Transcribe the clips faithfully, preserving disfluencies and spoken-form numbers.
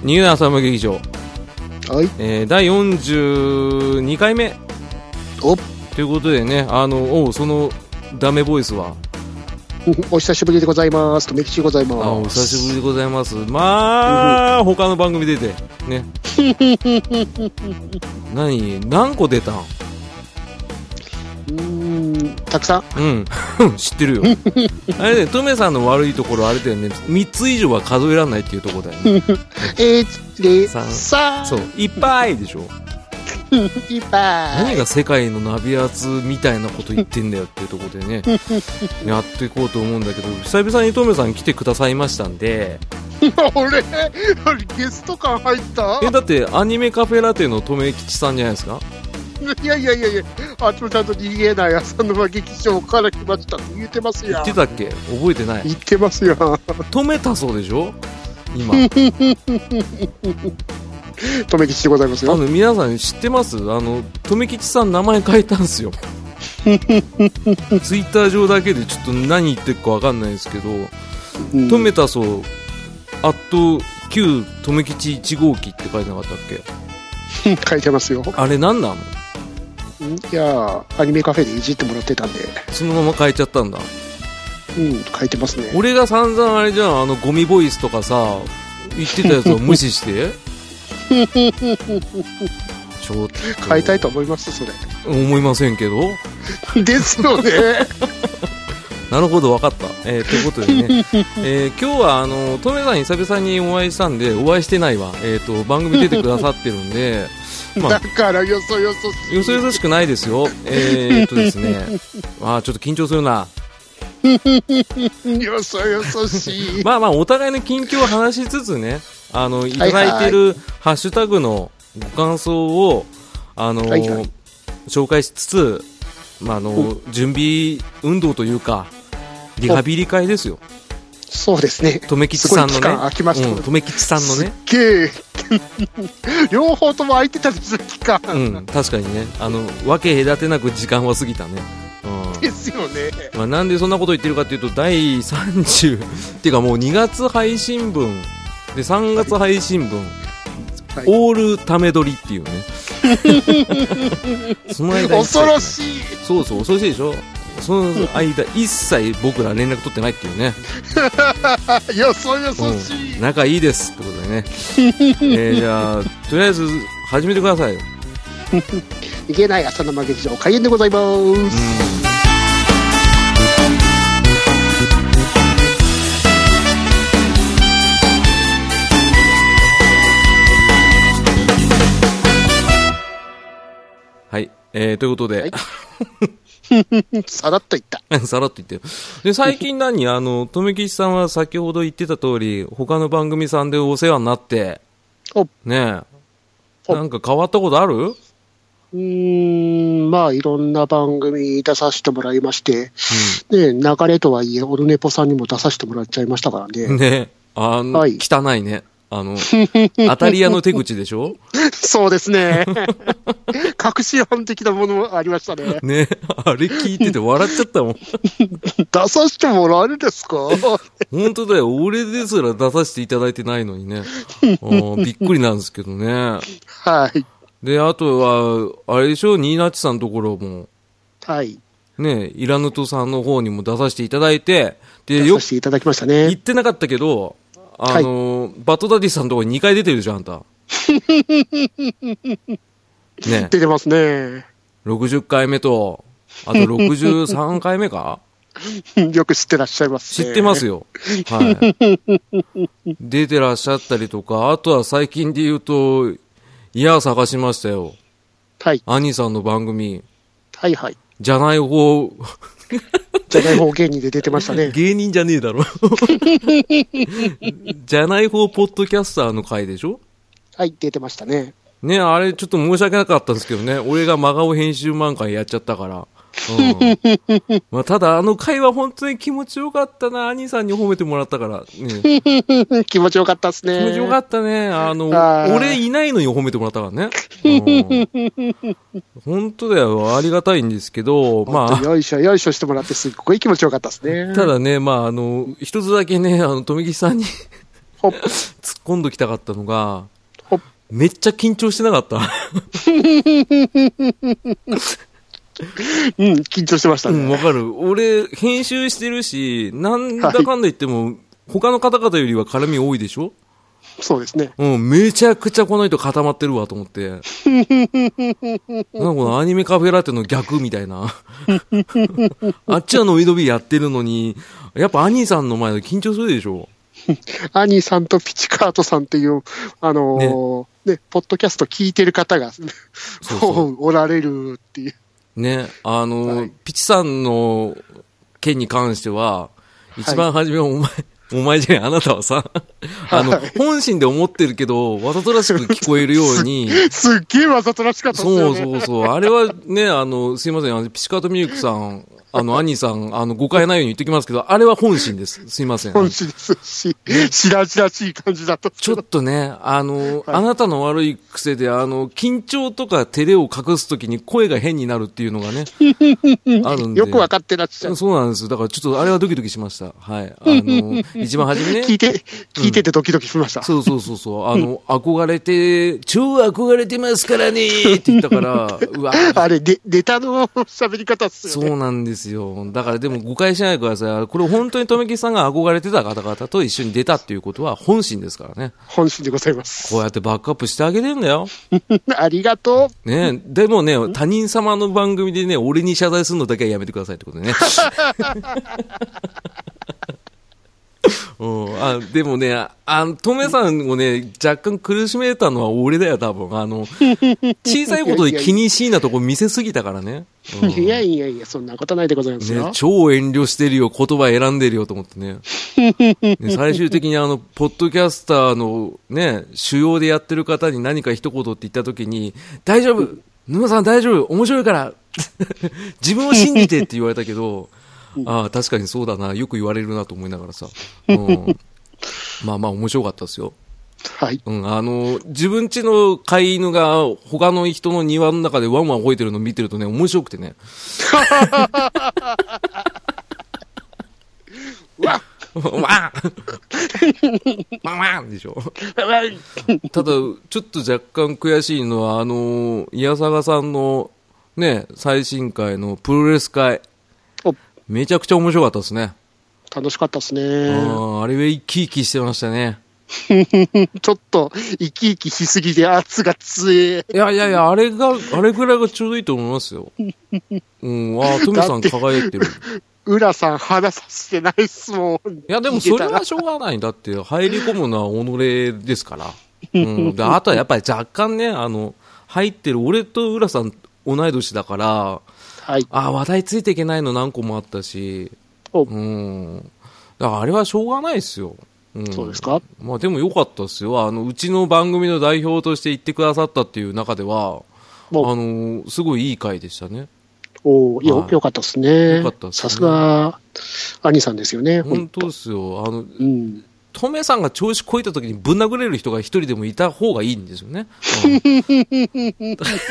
逃げない朝山劇場、 はい、 えー、だいよんじゅうにかいめおということでね、あのおそのダメボイスはお久しぶりでございます。とめきちでございます。 あお久しぶりでございます。まあ、うん、他の番組出てね何何個出たん？ うーん、たくさん。 うん知ってるよあれね、トメさんの悪いところあれだよね、みっつ以上は数えられないっていうところだよねえー、さそういっぱいでしょいっぱい。 何が世界のナビアツみたいなこと言ってんだよっていうところでねやっていこうと思うんだけど、久々にトメさん来てくださいましたんで俺ゲスト感入った。 えだってアニメカフェラテのトメ吉さんじゃないですか。 いやいやいやいや、あつめちゃんと逃げない朝沼劇場から来ましたって言ってますよ。 言ってたっけ？覚えてない。 言ってますよ。 止めたそうでしょ今とめきちでございますよ。 あの皆さん知ってます？あのとめきちさん名前変えたんですよツイッター上だけでちょっと何言ってるか分かんないですけど、うん、とめたそうあと旧とめきちいち号機って書いてなかったっけ書いてますよ。 あれ何なの？ いやアニメカフェでいじってもらってたんでそのまま変えちゃったんだ。 うん書いてますね。 俺が散々あれじゃん、あのゴミボイスとかさ言ってたやつを無視してちょっと変えたいと思いますそれ。 思いませんけどですよねなるほど分かった、えー、ということでね、えー、今日はあのトメさん久々にお会いしたんで、お会いしてないわ、えー、と番組出てくださってるんでまあ、だからよそよそしい。 よそよそしくないですよ。えー、っとですねあちょっと緊張するなよそよそしいまあまあお互いの近況を話しつつね、あのいただいてるハッシュタグのご感想をあの、はいはい、紹介しつつ、まああの準備運動というかリハビリ会ですよ。 そうですね。 とめきちさんのね、 うん、 とめきちさんのね。 すっげえ両方とも空いてたんですよ期間。 うん、確かにね、あの分け隔てなく時間は過ぎたね。 うん、ですよね。 まあ、なんでそんなこと言ってるかというと、だいさんじゅうっていうかもうにがつ配信分でさんがつ配信分、はい、オールため撮りっていうね。その間恐ろしい。 そうそう恐ろしいでしょ。その間一切僕ら連絡取ってないっていうねよそよそしい、 うん、仲いいですってことでね、えー、じゃあとりあえず始めてくださいよいけない朝生劇場開演でございます、うん、 はい、えー、ということで、はいさらっと言ったさらっと言ってよ。で最近何あのとめきちさんは先ほど言ってた通り他の番組さんでお世話になってねえ、なんか変わったことある？ うーんまあいろんな番組出させてもらいまして、うん、ね、流れとはいえオルネポさんにも出させてもらっちゃいましたからね。 ねあの、はい、汚いね、あの当たり屋の手口でしょそうですね確信犯的なものもありましたね。 ねあれ聞いてて笑っちゃったもん出させてもらえるですか本当だよ、俺ですら出させていただいてないのにねびっくりなんですけどね。 はい。 であとはあれでしょ、ニーナッチさんのところもはいね、イラヌトさんの方にも出させていただいて、 で出させていただきましたね。 言ってなかったけどあの、はい、バトダディさんのところににかい出てるでしょあんたね、 出てますね。 ろくじゅっかいめとあとろくじゅうさんかいめかよく知ってらっしゃいますね。 知ってますよ、はい出てらっしゃったりとか、あとは最近で言うといや探しましたよ、 はい、 兄さんの番組、 はいはい、 じゃない方じゃない方芸人で出てましたね。 芸人じゃねえだろじゃない方ポッドキャスターの回でしょ。 はい、出てましたね。 ね、あれちょっと申し訳なかったんですけどね、俺が真顔編集満開やっちゃったから、うんまあ、ただあの回は本当に気持ちよかったな、兄さんに褒めてもらったから、ね、 気持ちよかったっすね。 気持ちよかったね、あの俺いないのに褒めてもらったからね、うん、本当だよ、ありがたいんですけど、まあよいしょよいしょしてもらってすっごい気持ちよかったっすね。 ただね、まああの一つだけね、あの富木さんにほっ突っ込んどきたかったのが、 ほっめっちゃ緊張してなかった。 うん、緊張してましたね。 うん、わかる。俺、編集してるし、なんだかんだ言っても、はい、他の方々よりは絡み多いでしょ？ そうですね。 うん、めちゃくちゃこの人固まってるわと思って。なんかこのアニメカフェラテの逆みたいな。あっちは伸び伸びやってるのに、やっぱアニーさんの前で緊張するでしょ？ アニーさんとピチカートさんっていう、あのー、ね、ね、ポッドキャスト聞いてる方が、そうそうおられるっていう。 ね、あのーはい、ピチさんの件に関しては、一番初めはお前、はい、お前じゃない、あなたはさ、あの、はい、本心で思ってるけど、わざとらしく聞こえるように。 す, すっげえわざとらしかったですよね。 そうそうそう。あれはね、あの、すいません、ピチカートミルクさん、あの、アニーさん、あの、誤解ないように言ってきますけど、あれは本心です。すいません。 本心ですし、ね、白々しい感じだと。 ちょっとね、あの、はい、あなたの悪い癖で、あの、緊張とか照れを隠すときに声が変になるっていうのがね、あるんで。 よくわかってらっしゃる。 そうなんです。だからちょっとあれはドキドキしました。はい。あの、一番初めね。 聞いて、聞いててドキドキしました。 うん、そうそうそうそう。あの、憧れて、超憧れてますからねって言ったから、うわ。 あれ、で、ネタの喋り方っすよね。 そうなんですよ。だからでも誤解しないでください。これ本当にとめきさんが憧れてた方々と一緒に出たっていうことは本心ですからね。 本心でございます。 こうやってバックアップしてあげてんだよ。 ありがとう。ね、でもね、他人様の番組でね、俺に謝罪するのだけはやめてくださいってことでね。うん、あでもね、あの、トメさんをね、若干苦しめたのは俺だよ、多分。あの、小さいことで気にしいなとこ見せすぎたからね。 うん、いやいやいや、そんなことないでございますよ。 ね、超遠慮してるよ、言葉選んでるよと思ってね。ね最終的にあの、ポッドキャスターのね、主要でやってる方に何か一言って言ったときに、大丈夫沼さん大丈夫面白いから自分を信じてって言われたけど、ああ、確かにそうだな。よく言われるなと思いながらさ。うん、まあまあ面白かったですよ。 はい。 うん、あの、自分家の飼い犬が他の人の庭の中でワンワン吠えてるのを見てるとね、面白くてね。わっわんわんわんでしょ。ただ、ちょっと若干悔しいのは、あの、いやさがさんのね、最新回のプロレス会。めちゃくちゃ面白かったですね。 楽しかったですね。 あ, あれは生き生きしてましたね。 ちょっと生き生きしすぎて圧が強い。 いやいやいや、あれが、あれぐらいがちょうどいいと思いますよ。うん、ああ、トメさん輝いてる。 浦さん話させてないっすもん。 いやでもそれはしょうがないんだって、入り込むのは己ですから。うん、であとはやっぱり若干ね、あの、入ってる、俺と浦さん同い年だから、はい、あ話題ついていけないの何個もあったし、うん、だからあれはしょうがないですよ。うん、 そうですか。 まあでも良かったですよ。あのうちの番組の代表として言ってくださったっていう中では、あのすごいいい回でしたね。 おいや、はい、よかったですね。 よかったですね。 さすが兄さんですよね。 本当ですよ。あの、うん、トメさんが調子こいた時にぶん殴れる人が一人でもいた方がいいんですよね。うん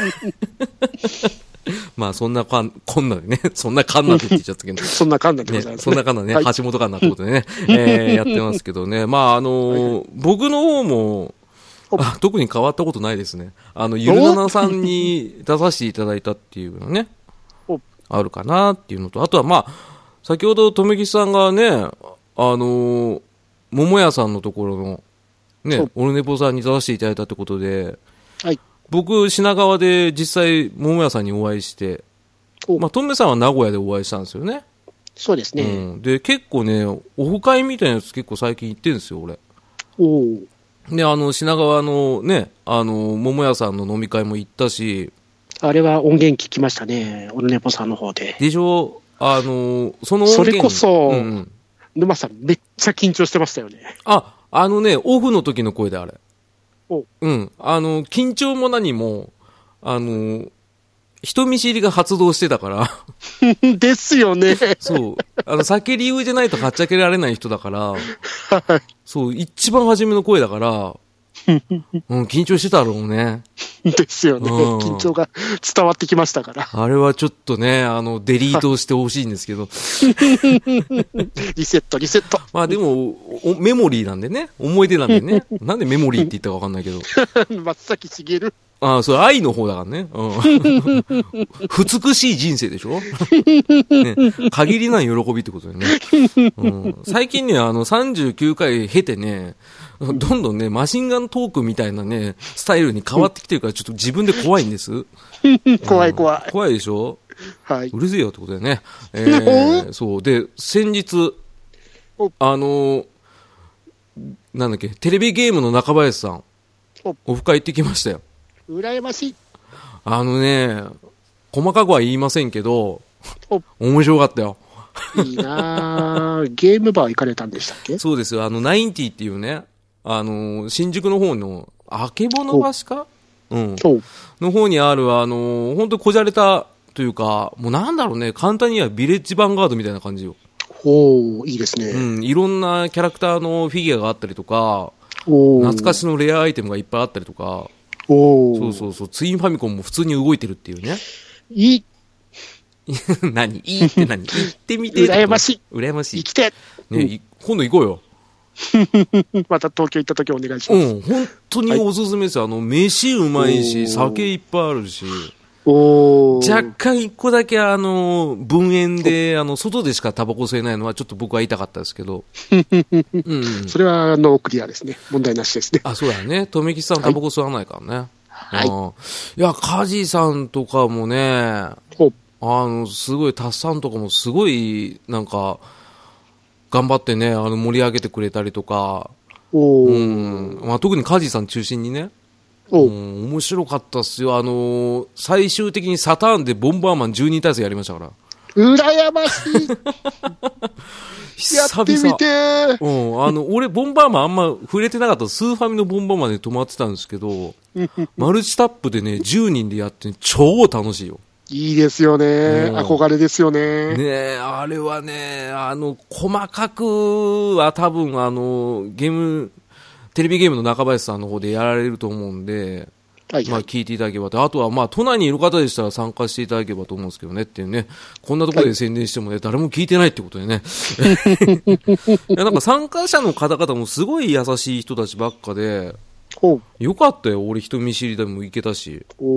まあそんなかん、こんなでね、そんなかんなでって言っちゃったけど、 そんなかんなでございます、 ね。そんなかんなね、はい、橋本かんなってことでね、えー、やってますけどね。まああのーはい、僕の方もあ、特に変わったことないですね。あの、ゆるななさんに出させていただいたっていうのね、あるかなっていうのと、あとはまあ、先ほど、とめきさんがね、あのー、桃屋さんのところの、ね、オルネポさんに出させていただいたってことで、はい。僕、品川で実際、桃屋さんにお会いして、まあ、トメさんは名古屋でお会いしたんですよね。 そうですね。 うん、で、結構ね、オフ会みたいなやつ結構最近行ってるんですよ、俺。おで、あの、品川のね、あの、桃屋さんの飲み会も行ったし、 あれは音源聞きましたね、オルネポさんの方で。 でしょ、あの、その音源。 それこそ、 うん、 沼さんめっちゃ緊張してましたよね。 あ、あのね、オフの時の声であれ。うん。あの、緊張も何も、あの、人見知りが発動してたから。 ですよね。 そう。あの、酒理由じゃないとはっちゃけられない人だから。はい。そう、一番初めの声だから、 うん、緊張してたろうね。 ですよね、うん。緊張が伝わってきましたから。 あれはちょっとね、あの、デリートしてほしいんですけど。 リセット、リセット。 まあでも、メモリーなんでね。思い出なんでね。なんでメモリーって言ったかわかんないけど。 松崎しげる。 ああ、それ愛の方だからね。うん。美しい人生でしょ、ね、限りない喜びってことだよね。うん、最近ね、あの、さんじゅうきゅうかい経てね、どんどんね、マシンガントークみたいなね、スタイルに変わってきてるから、ちょっと自分で怖いんです。 怖い怖い、 うん。怖いでしょ、 はい。 うるせえよってことだよね。えー、そう。で、先日、あのー、なんだっけ、テレビゲームの中林さん、オフ会行ってきましたよ。 羨ましい。 あのね、細かくは言いませんけど、面白かったよ。 いいなぁ。ゲームバー行かれたんでしたっけ？ そうですよ。あの、ナインティっていうね、あの、新宿の方の、あけぼの橋かうん。の方にある、あの、本当にこじゃれたというか、もうなんだろうね、簡単にはビレッジヴァンガードみたいな感じよ。 ほう、いいですね。 うん。いろんなキャラクターのフィギュアがあったりとか、懐かしのレアアイテムがいっぱいあったりとか、 おそうそうそう、ツインファミコンも普通に動いてるっていうね。 いい。 何いいって何行ってみて。 羨ましい。 羨ましい。 行きて。 ね、うん、今度行こうよ。 また東京行った時お願いします。 うん、本当におすすめですよ。はい、あの、飯うまいし、酒いっぱいあるし。 お若干一個だけあの、分煙で、あの、外でしかタバコ吸えないのはちょっと僕は言いたかったですけど。 うんうん、それはノークリアですね。問題なしですね。 あ、そうだね。とめきさんタバコ吸わないからね。 はい。 いや、カジさんとかもね、あの、すごい、タッさんとかもすごい、なんか、頑張ってね、あの、盛り上げてくれたりとか、 おうん。まあ、特にカジさん中心にね、うん、面白かったっすよ。あのー、最終的にサターンでボンバーマンじゅうにん体制やりましたから。 羨ましいやってみてー。 うん。あの、俺、ボンバーマンあんま触れてなかった。スーファミのボンバーマンで止まってたんですけど、マルチタップでね、じゅうにんでやって、超楽しいよ。 いいですよね。憧れですよね。 ねえ、あれはね、あの、細かくは多分、あの、ゲーム、テレビゲームの中林さんの方でやられると思うんで、はいはい、まあ聞いていただければと。あとはまあ都内にいる方でしたら参加していただければと思うんですけどねっていうね。こんなところで宣伝してもね、はい、誰も聞いてないってことでね。いやなんか参加者の方々もすごい優しい人たちばっかで、よかったよ。俺人見知りでも行けたし。うん。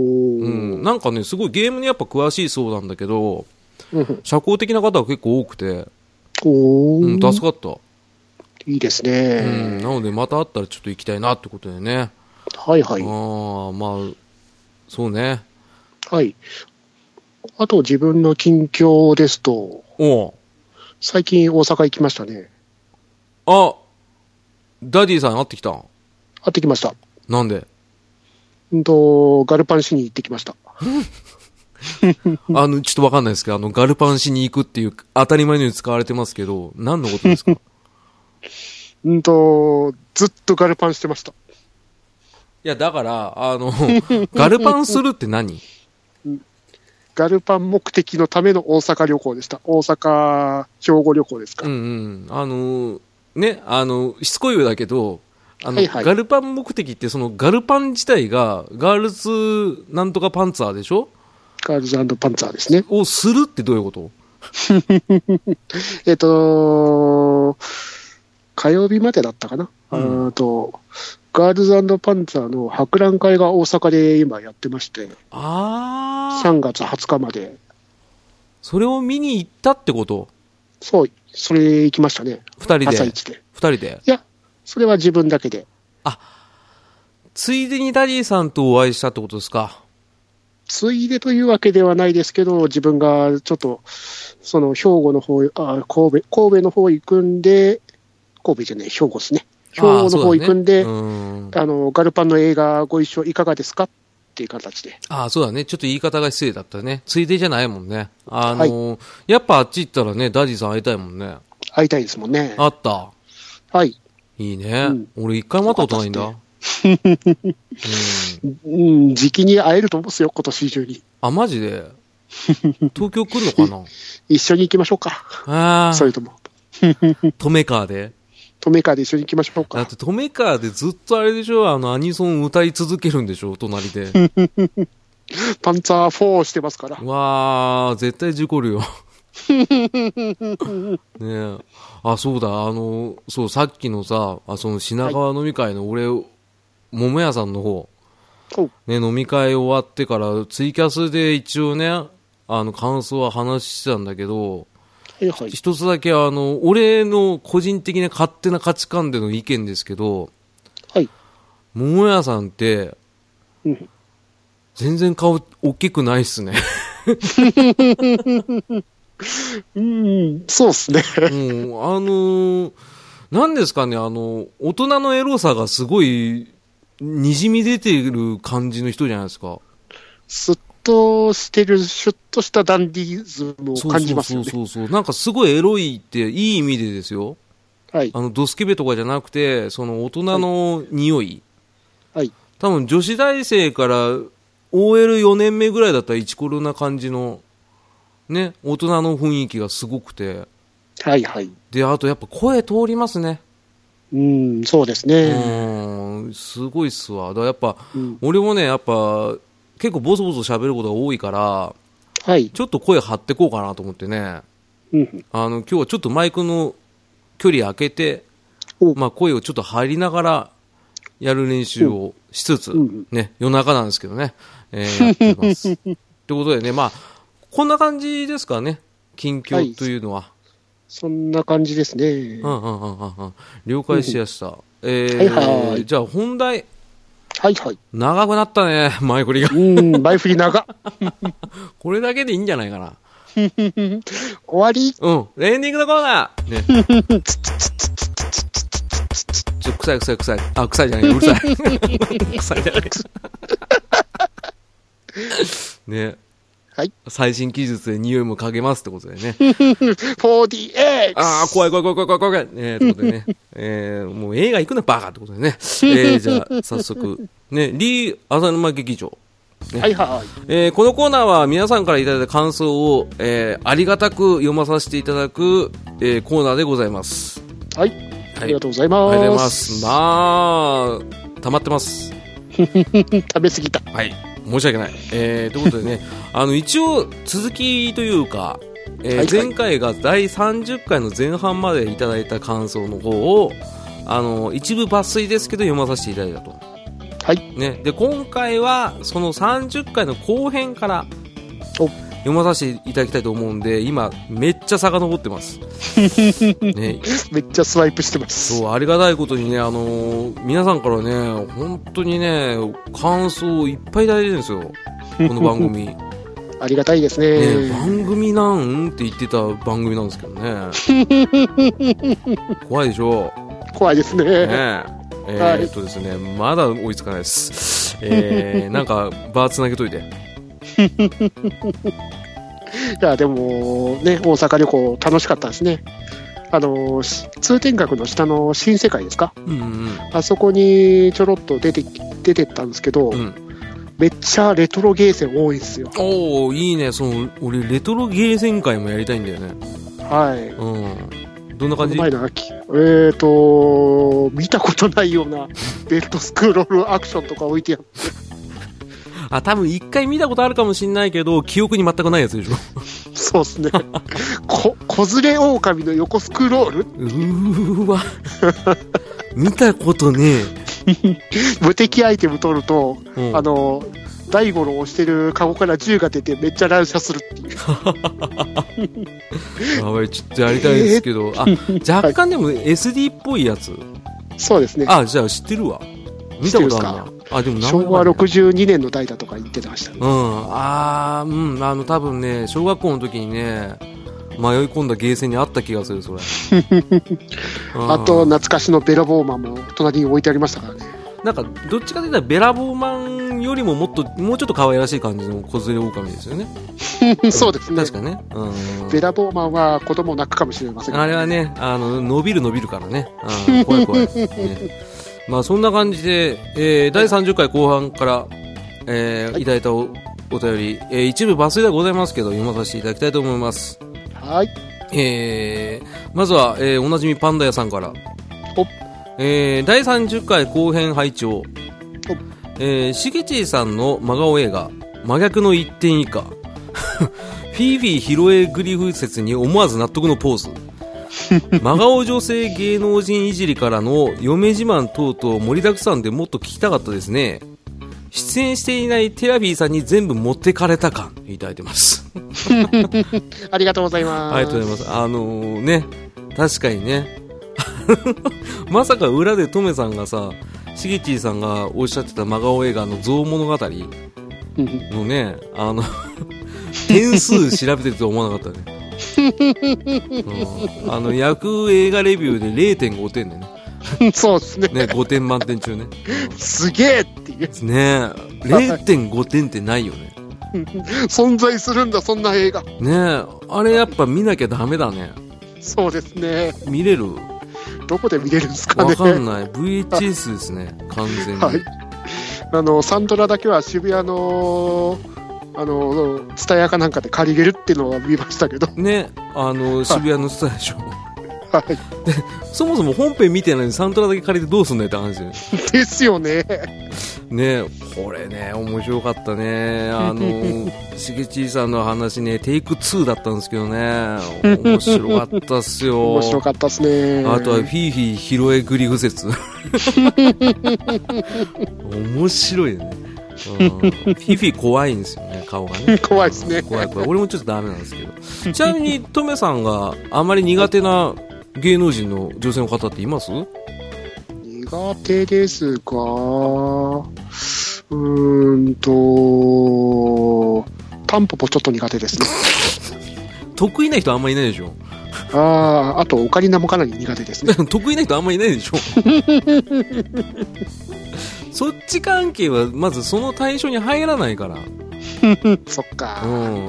なんかね、すごいゲームにやっぱ詳しいそうなんだけど、社交的な方が結構多くて、うん、助かった。 いいですね、 うん。なのでまた会ったらちょっと行きたいなってことでね。 はいはい。 ああ、まあ、そうね。 はい。あと自分の近況ですと、 お最近大阪行きましたね。 あ、ダディさん会ってきた？会ってきました。 なんで？ うんと、ガルパンしに行ってきました。 あの、ちょっとわかんないですけど、あの、ガルパンしに行くっていう当たり前のように使われてますけど、何のことですか？ うんと、ずっとガルパンしてました。 いや、だから、あの、ガルパンするって何？ ガルパン目的のための大阪旅行でした。大阪、兵庫旅行ですか。 うんうん。あの、ね、あの、しつこいようだけど、あの、はいはい、ガルパン目的って、そのガルパン自体が、ガールズなんとかパンツァーでしょ？ ガールズ&パンツァーですね。 をするってどういうこと？ えっと、火曜日までだったかな。うん、あと、ガールズ&パンツァーの博覧会が大阪で今やってまして、 あさんがつはつかまで。 それを見に行ったってこと？ そう、それ行きましたね。 二人で。 朝一で。 二人で。 いや、それは自分だけで。 あ、ついでにダディさんとお会いしたってことですか？ ついでというわけではないですけど、自分がちょっと、その兵庫の方、あ、神戸、神戸の方行くんで、神戸じゃない、兵庫ですね。兵庫の方行くんで、あ、ね、あの、ガルパンの映画ご一緒いかがですかっていう形で。 ああ、そうだね。ちょっと言い方が失礼だったね。ついでじゃないもんね。あのーはい、やっぱあっち行ったらね、ダディさん会いたいもんね。 会いたいですもんね。 あった。 はい。 いいね。うん、俺一回も会ったことないんだ。 うん、時期に会えると思うんですよ、今年中に。 あ、マジで東京来るのかな？ 一緒に行きましょうか。 ああ。 それとも。 トメカーでトメカーで一緒に行きましょうか。 だってトメカーでずっとあれでしょ、あのアニソン歌い続けるんでしょ、隣で。 パンツァーフォーしてますから。 わー、絶対事故るよ。ねえ。あ、そうだ、あの、そう、さっきのさ、あその品川飲み会の俺、はい、桃屋さんの方、ね、飲み会終わってからツイキャスで一応ね、あの、感想は話してたんだけど、 はいはい、 一つだけあの、俺の個人的な勝手な価値観での意見ですけど、 はい。 桃屋さんって、 うん、 全然顔大きくないっすね。 うん、そうっすね。 うん、あのー、なんですかね、あの、大人のエロさがすごい、にじみ出てる感じの人じゃないですか。 すっとしてる、シュッとしたダンディズムを感じますよね。 そうそうそうそう。なんかすごいエロいっていい意味でですよ。 はい。 あの、ドスケベとかじゃなくて、その大人の匂い。 はい。 多分女子大生から オーエルよねんめぐらいだったらイチコロな感じの、ね、大人の雰囲気がすごくて。 はいはい。 で、あとやっぱ声通りますね。 うん、そうですね。 うん、すごいっすわ。だからやっぱ、 うん、 俺もね、やっぱ、結構ボソボソ喋ることが多いから、 はい。 ちょっと声張ってこうかなと思ってね。 うん、 あの、今日はちょっとマイクの距離開けて、まあ声をちょっと張りながらやる練習をしつつ、うん、ね、夜中なんですけどね、えー、やってます。ということでね、まあ、こんな感じですかね、近況というのは。はい、 そんな感じですね。 うんうんうんうんうん。了解しやした。うん、えー、はいはい、じゃあ本題。 はいはい。 長くなったね、前振りが。 うん、前振り長。 これだけでいいんじゃないかな。 終わり？ うん。エンディングのコーナーね。ちょ、臭い臭い臭い。あ、臭いじゃない、うるさい。臭いじゃない。ね。 はい。 最新技術で匂いも嗅げますってことでね。 フォーディーエックス! ああ、怖い怖い怖い怖い怖い怖い。えー、ってことでね。えー、もう映画行くなバカってことでね。えー、じゃあ、早速。ね、リー・浅沼劇場。ね、 はいはい。 えー、このコーナーは皆さんからいただいた感想を、えー、ありがたく読まさせていただく、えー、コーナーでございます。 はい。はい、ありがとうございます。 ありがとうございます。まあ、溜まってます。 食べ過ぎた。 はい。申し訳ない。えー、ということでね、あの、一応、続きというか、えーはいはい、前回がだいさんじゅっかいの前半までいただいた感想の方を、あの、一部抜粋ですけど読まさせていただいたと。 はい。 ね。で、今回は、そのさんじゅっかいの後編から読まさせていただきたいと思うんで、今、めっちゃ遡ってます。ね、 めっちゃスワイプしてます。 そう、ありがたいことにね、あのー、皆さんからね、本当にね、感想いっぱいいただいてるんですよ。この番組。 ありがたいですね。 ね、番組なんって言ってた番組なんですけどね。怖いでしょ。 怖いですね。 ねえー、っとですね、まだ追いつかないです。えー、なんか、バーつなげといて。 いや、でも、ね、大阪旅行楽しかったですね。あの、通天閣の下の新世界ですか、 うんうん、 あそこにちょろっと出て、出てったんですけど、うん、めっちゃレトロゲーセン多いんですよ。 おお、いいね。その、俺、レトロゲーセン会もやりたいんだよね。 はい。 うん。どんな感じ？ 前の秋。えーと、見たことないようなベルトスクロールアクションとか置いてあって。 あ、多分一回見たことあるかもしれないけど、記憶に全くないやつでしょ。 そうですね。こ、子連れ狼の横スクロール？ うーわ。見たことねえ。無敵アイテム取ると、うん、あの、大五郎をしてるカゴから銃が出てめっちゃ乱射するっていう。 やばい、ちょっとやりたいですけど、あ、若干でも エスディー っぽいやつ。 そうですね。 あ、じゃあ知ってるわ。見たことあるな。あ、でも昭和ろくじゅうにねんの代だとか言ってました、ね。 うん。あー、うん。あの、多分ね、小学校の時にね、迷い込んだゲーセンにあった気がする、それ。 あと、懐かしのベラボーマンも隣に置いてありましたからね。 なんか、どっちかというとベラボーマンよりももっと、もうちょっと可愛らしい感じの子連れ狼ですよね。 そうですね。 確かね。うん。 ベラボーマンは子供を泣くかもしれません、ね。 あれはね、あの、伸びる伸びるからね。うん、怖い怖い。ね、まあそんな感じで、えー、だいさんじゅっかい後半から、えーはい、いただいた お, お便り、えー、一部抜粋ではございますけど読まさせていただきたいと思います。 はい。 えー、まずは、えー、おなじみパンダ屋さんから、 えー、だいさんじゅっかい後編拝聴。えー、しげちーさんの真顔映画真逆のいってん以下フィーフィーヒロエグリフ説に思わず納得のポーズ真顔女性芸能人いじりからの嫁自慢等々盛りだくさんでもっと聞きたかったですね。出演していないテラビーさんに全部持ってかれた感いただいてますありがとうございます。 ありがとうございます。あのー、ね、確かにねまさか裏でトメさんがさ、しげちーさんがおっしゃってた真顔映画の象物語のね、あの点数調べてるとは思わなかったねうん、あの役映画レビューで れいてんご 点でねそうですね。 ね、ごてん満点中ね。 すげえっていう。 ねえ、れいてんご 点ってないよね。 存在するんだ、そんな映画。 ねえ、あれやっぱ見なきゃダメだね。 そうですね。 見れる？ どこで見れるんですかね。 わかんない。ブイエイチエス ですね、完全に。はい。 あの、サントラだけは渋谷の、あの、ツタヤかなんかで借りれるっていうのは見ましたけど。ね、 あの、渋谷のツタヤでしょ。 はい。 で、そもそも本編見てないのにサントラだけ借りてどうすんだよって話で。 ですよね。 ね、これね、面白かったね。あの、しげちーさんの話ね、テイクツーだったんですけどね、面白かったっすよ。 面白かったっすね。 あとはフィーフィーヒロエグリフ説。面白いね。うん、フィーフィー怖いんですよね、顔がね。 怖いですね。 怖い怖い。俺もちょっとダメなんですけど。ちなみに、トメさんがあまり苦手な芸能人の女性の方っています？ 苦手ですか？うーんと、タンポポちょっと苦手ですね。 得意な人あんまりいないでしょ？ ああ、あとオカリナもかなり苦手ですね。 得意な人あんまりいないでしょ？そっち関係はまずその対象に入らないから。 そっか、 うん、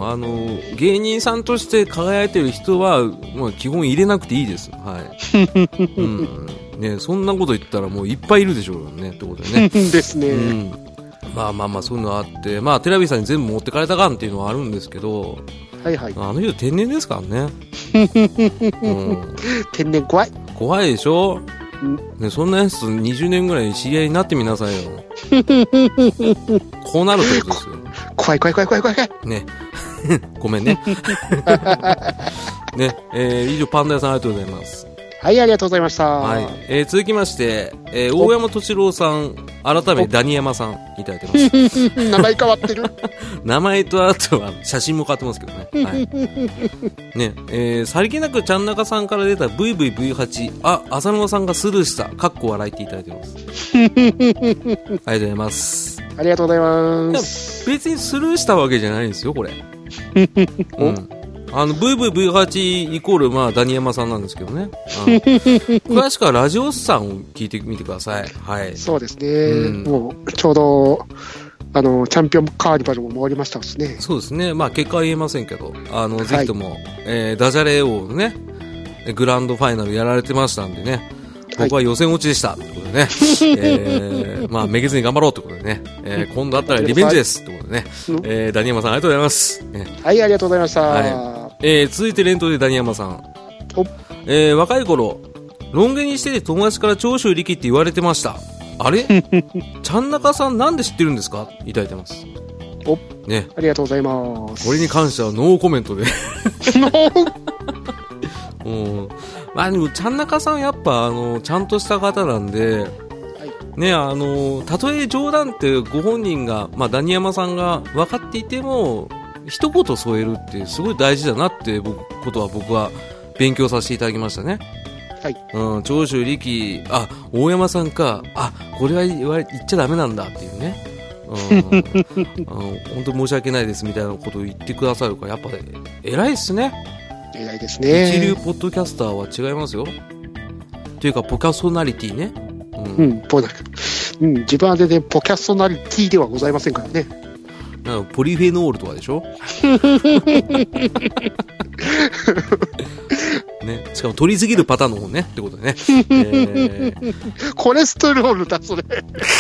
あの芸人さんとして輝いてる人は、まあ、基本入れなくていいです、はいうんね、そんなこと言ったらもういっぱいいるでしょうねってことでねですね、うん、 まあまあまあそういうのあって、まあ、テラビさんに全部持ってかれたかんっていうのはあるんですけど、 はいはい、 あの人天然ですからね、うん、 天然怖い怖いでしょ、ね、そんなやつとにじゅうねんぐらい知り合いになってみなさいよこうなるってことですよ。 怖い怖い怖い怖い怖いねごめんねね、えー、以上パンダ屋さんありがとうございます。 はい、ありがとうございました。 はい、えー、続きまして、えー、大山敏郎さん改めダニヤマさんいただいてます名前変わってる名前とあとは写真も変わってますけどね、はい、ね、えー、さりげなくちゃんなかさんから出た ブイブイブイはち あ、浅沼さんがスルーしたかっこ笑いっていただいてますありがとうございます。 ありがとうございます。 別にスルーしたわけじゃないんですよこれうんあの ブイブイブイはち イコールまあダニヤマさんなんですけどね。詳しくはラジオスさんを聞いてみてください。はい。 そうですね。うん、もうちょうどあのチャンピオンカーニバルも終わりましたですね。 そうですね。まあ結果は言えませんけど、あの、はい、ぜひとも、えー、ダジャレ王のねグランドファイナルやられてましたんでね。僕は予選落ちでしたということでね、えー、まあめげずに頑張ろうということでね、えー、今度あったらリベンジですということでね、えー、ダニヤマさんありがとうございます、ね、 はいありがとうございました、 はい、えー、続いて連投でダニヤマさん、えー、若い頃ロン毛にしてて友達から長州力って言われてました。あれちゃんなかさんなんで知ってるんですかいただいてます。 お、ね、ありがとうございます。 これに関してはノーコメントでうん、まあでもちゃんなかさんやっぱあのちゃんとした方なんで、はい、ね、あのたとえ冗談ってご本人が、まあ、ダニヤマさんが分かっていても一言添えるってすごい大事だなって僕ことは僕は勉強させていただきましたね。はい、うん、長州力、あ、大山さんか、あ、これは言われ言っちゃダメなんだっていうね、うん、あの本当に申し訳ないですみたいなことを言ってくださるからやっぱり偉いですね。 偉いですね。 一流ポッドキャスターは違いますよ。というかポキャソナリティね。 うん、うん、ポうん、自分は全然ポキャソナリティではございませんからね。 なんかポリフェノールとかでしょね、しかも取りすぎるパターンの方ねってことでね、えー、 コレステロールだそれ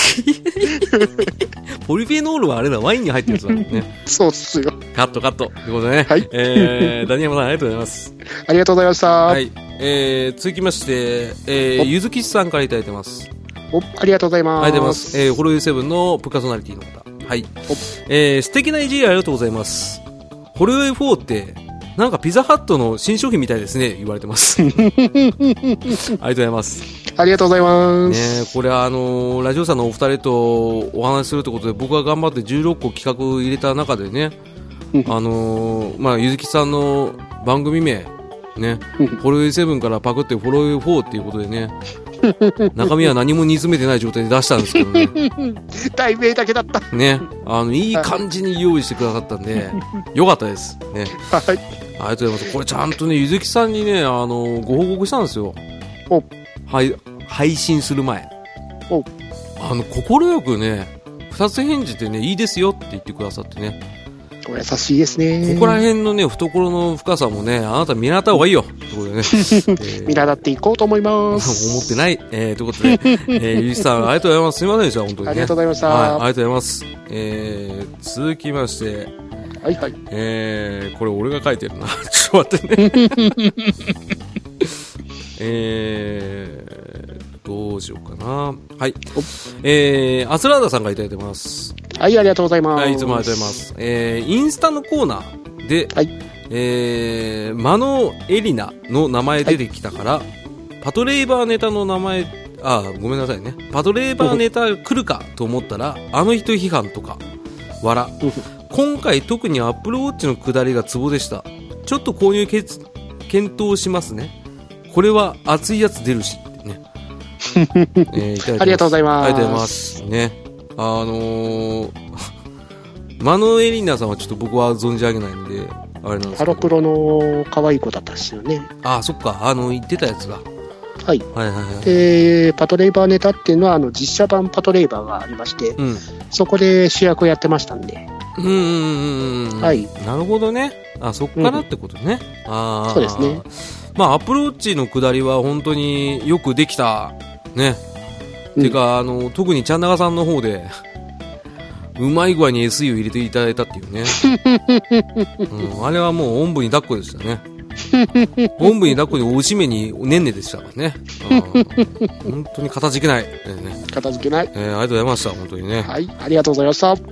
ポリフェノールはあれだワインに入ってるやつだもんねそうっすよ。 カットカットということでね、 はい、 えー、ダニヤマさんありがとうございます。 ありがとうございました。 はい、 えー、続きまして、えー、ゆずきちさんからいただいてます。 お、ありがとうございます。 ありがとうございます。えー、ホロユーセブンのプカソナリティの方。はい。えー、素敵ないじりありがとうございます。ホロユーフォーって、なんかピザハットの新商品みたいですね、言われてます。ありがとうございます。 ありがとうございます。 ね、これはあのー、ラジオさんのお二人とお話しするということで、僕が頑張ってじゅうろっこ企画入れた中でね、あのー、まあ、ゆずきさんの番組名、ね、ホロユーセブンからパクってホロユーフォーっていうことでね、中身は何も煮詰めてない状態で出したんですけどね。 題名だけだった。 ね、あの、いい感じに用意してくださったんで、よかったです。ね。はい。ありがとうございます。これちゃんとね、ゆずきさんにね、あの、ご報告したんですよ。おはい、配信する前。おあの、心よくね、二つ返事でね、いいですよって言ってくださってね。 お優しいですね。 ここら辺のね、懐の深さもね、あなた見習った方がいいよ。ということでね。えー、 見習っていこうと思います。 思ってない。えー、ということで、えー、ゆうじさん、ありがとうございます。すみませんでした、本当に、ね。 ありがとうございました。 はい、ありがとうございます。えー、続きまして、 はいはい。 えー、これ俺が書いてるな。ちょっと待ってね。えー、どうしようかな。はい。えー、アスラーダさんがいただいてます。 はい、ありがとうございます。 はい、いつもありがとうございます。えー、インスタのコーナーで、はい、えー、マノエリナの名前出てきたから、はい、パトレイバーネタの名前、あ、ごめんなさいね。パトレイバーネタ来るかと思ったら、あの人批判とか、笑。今回特にアップルウォッチの下りがツボでした。ちょっと購入けつ検討しますね。これは熱いやつ出るし、ね。えー、いただいてます。 ありがとうございます。 ありがとうございます。ね。あのー、マノエリーナさんはちょっと僕は存じ上げないんで、あれなんですけど。 ハロプロの可愛い子だったですよね。 ああ、そっか。あの、言ってたやつだ。 はい。はいはいはい。で、パトレイバーネタっていうのは、あの、実写版パトレイバーがありまして、うん、そこで主役をやってましたんで。 うんうんうんうん。はい。なるほどね。あ、そっからってことね。うん、ああ。 そうですね。 まあ、アプローチの下りは本当によくできた、ね。てか、あの、特にちゃんながさんの方で、うまい具合に エスイー を入れていただいたっていうね。うん、あれはもう、おんぶに抱っこでしたね。おんぶに抱っこにおしめにねんねでしたからね。本当にかたじけない。 かたじけない。 えー、ありがとうございました、本当にね。 はい、ありがとうございました。はい、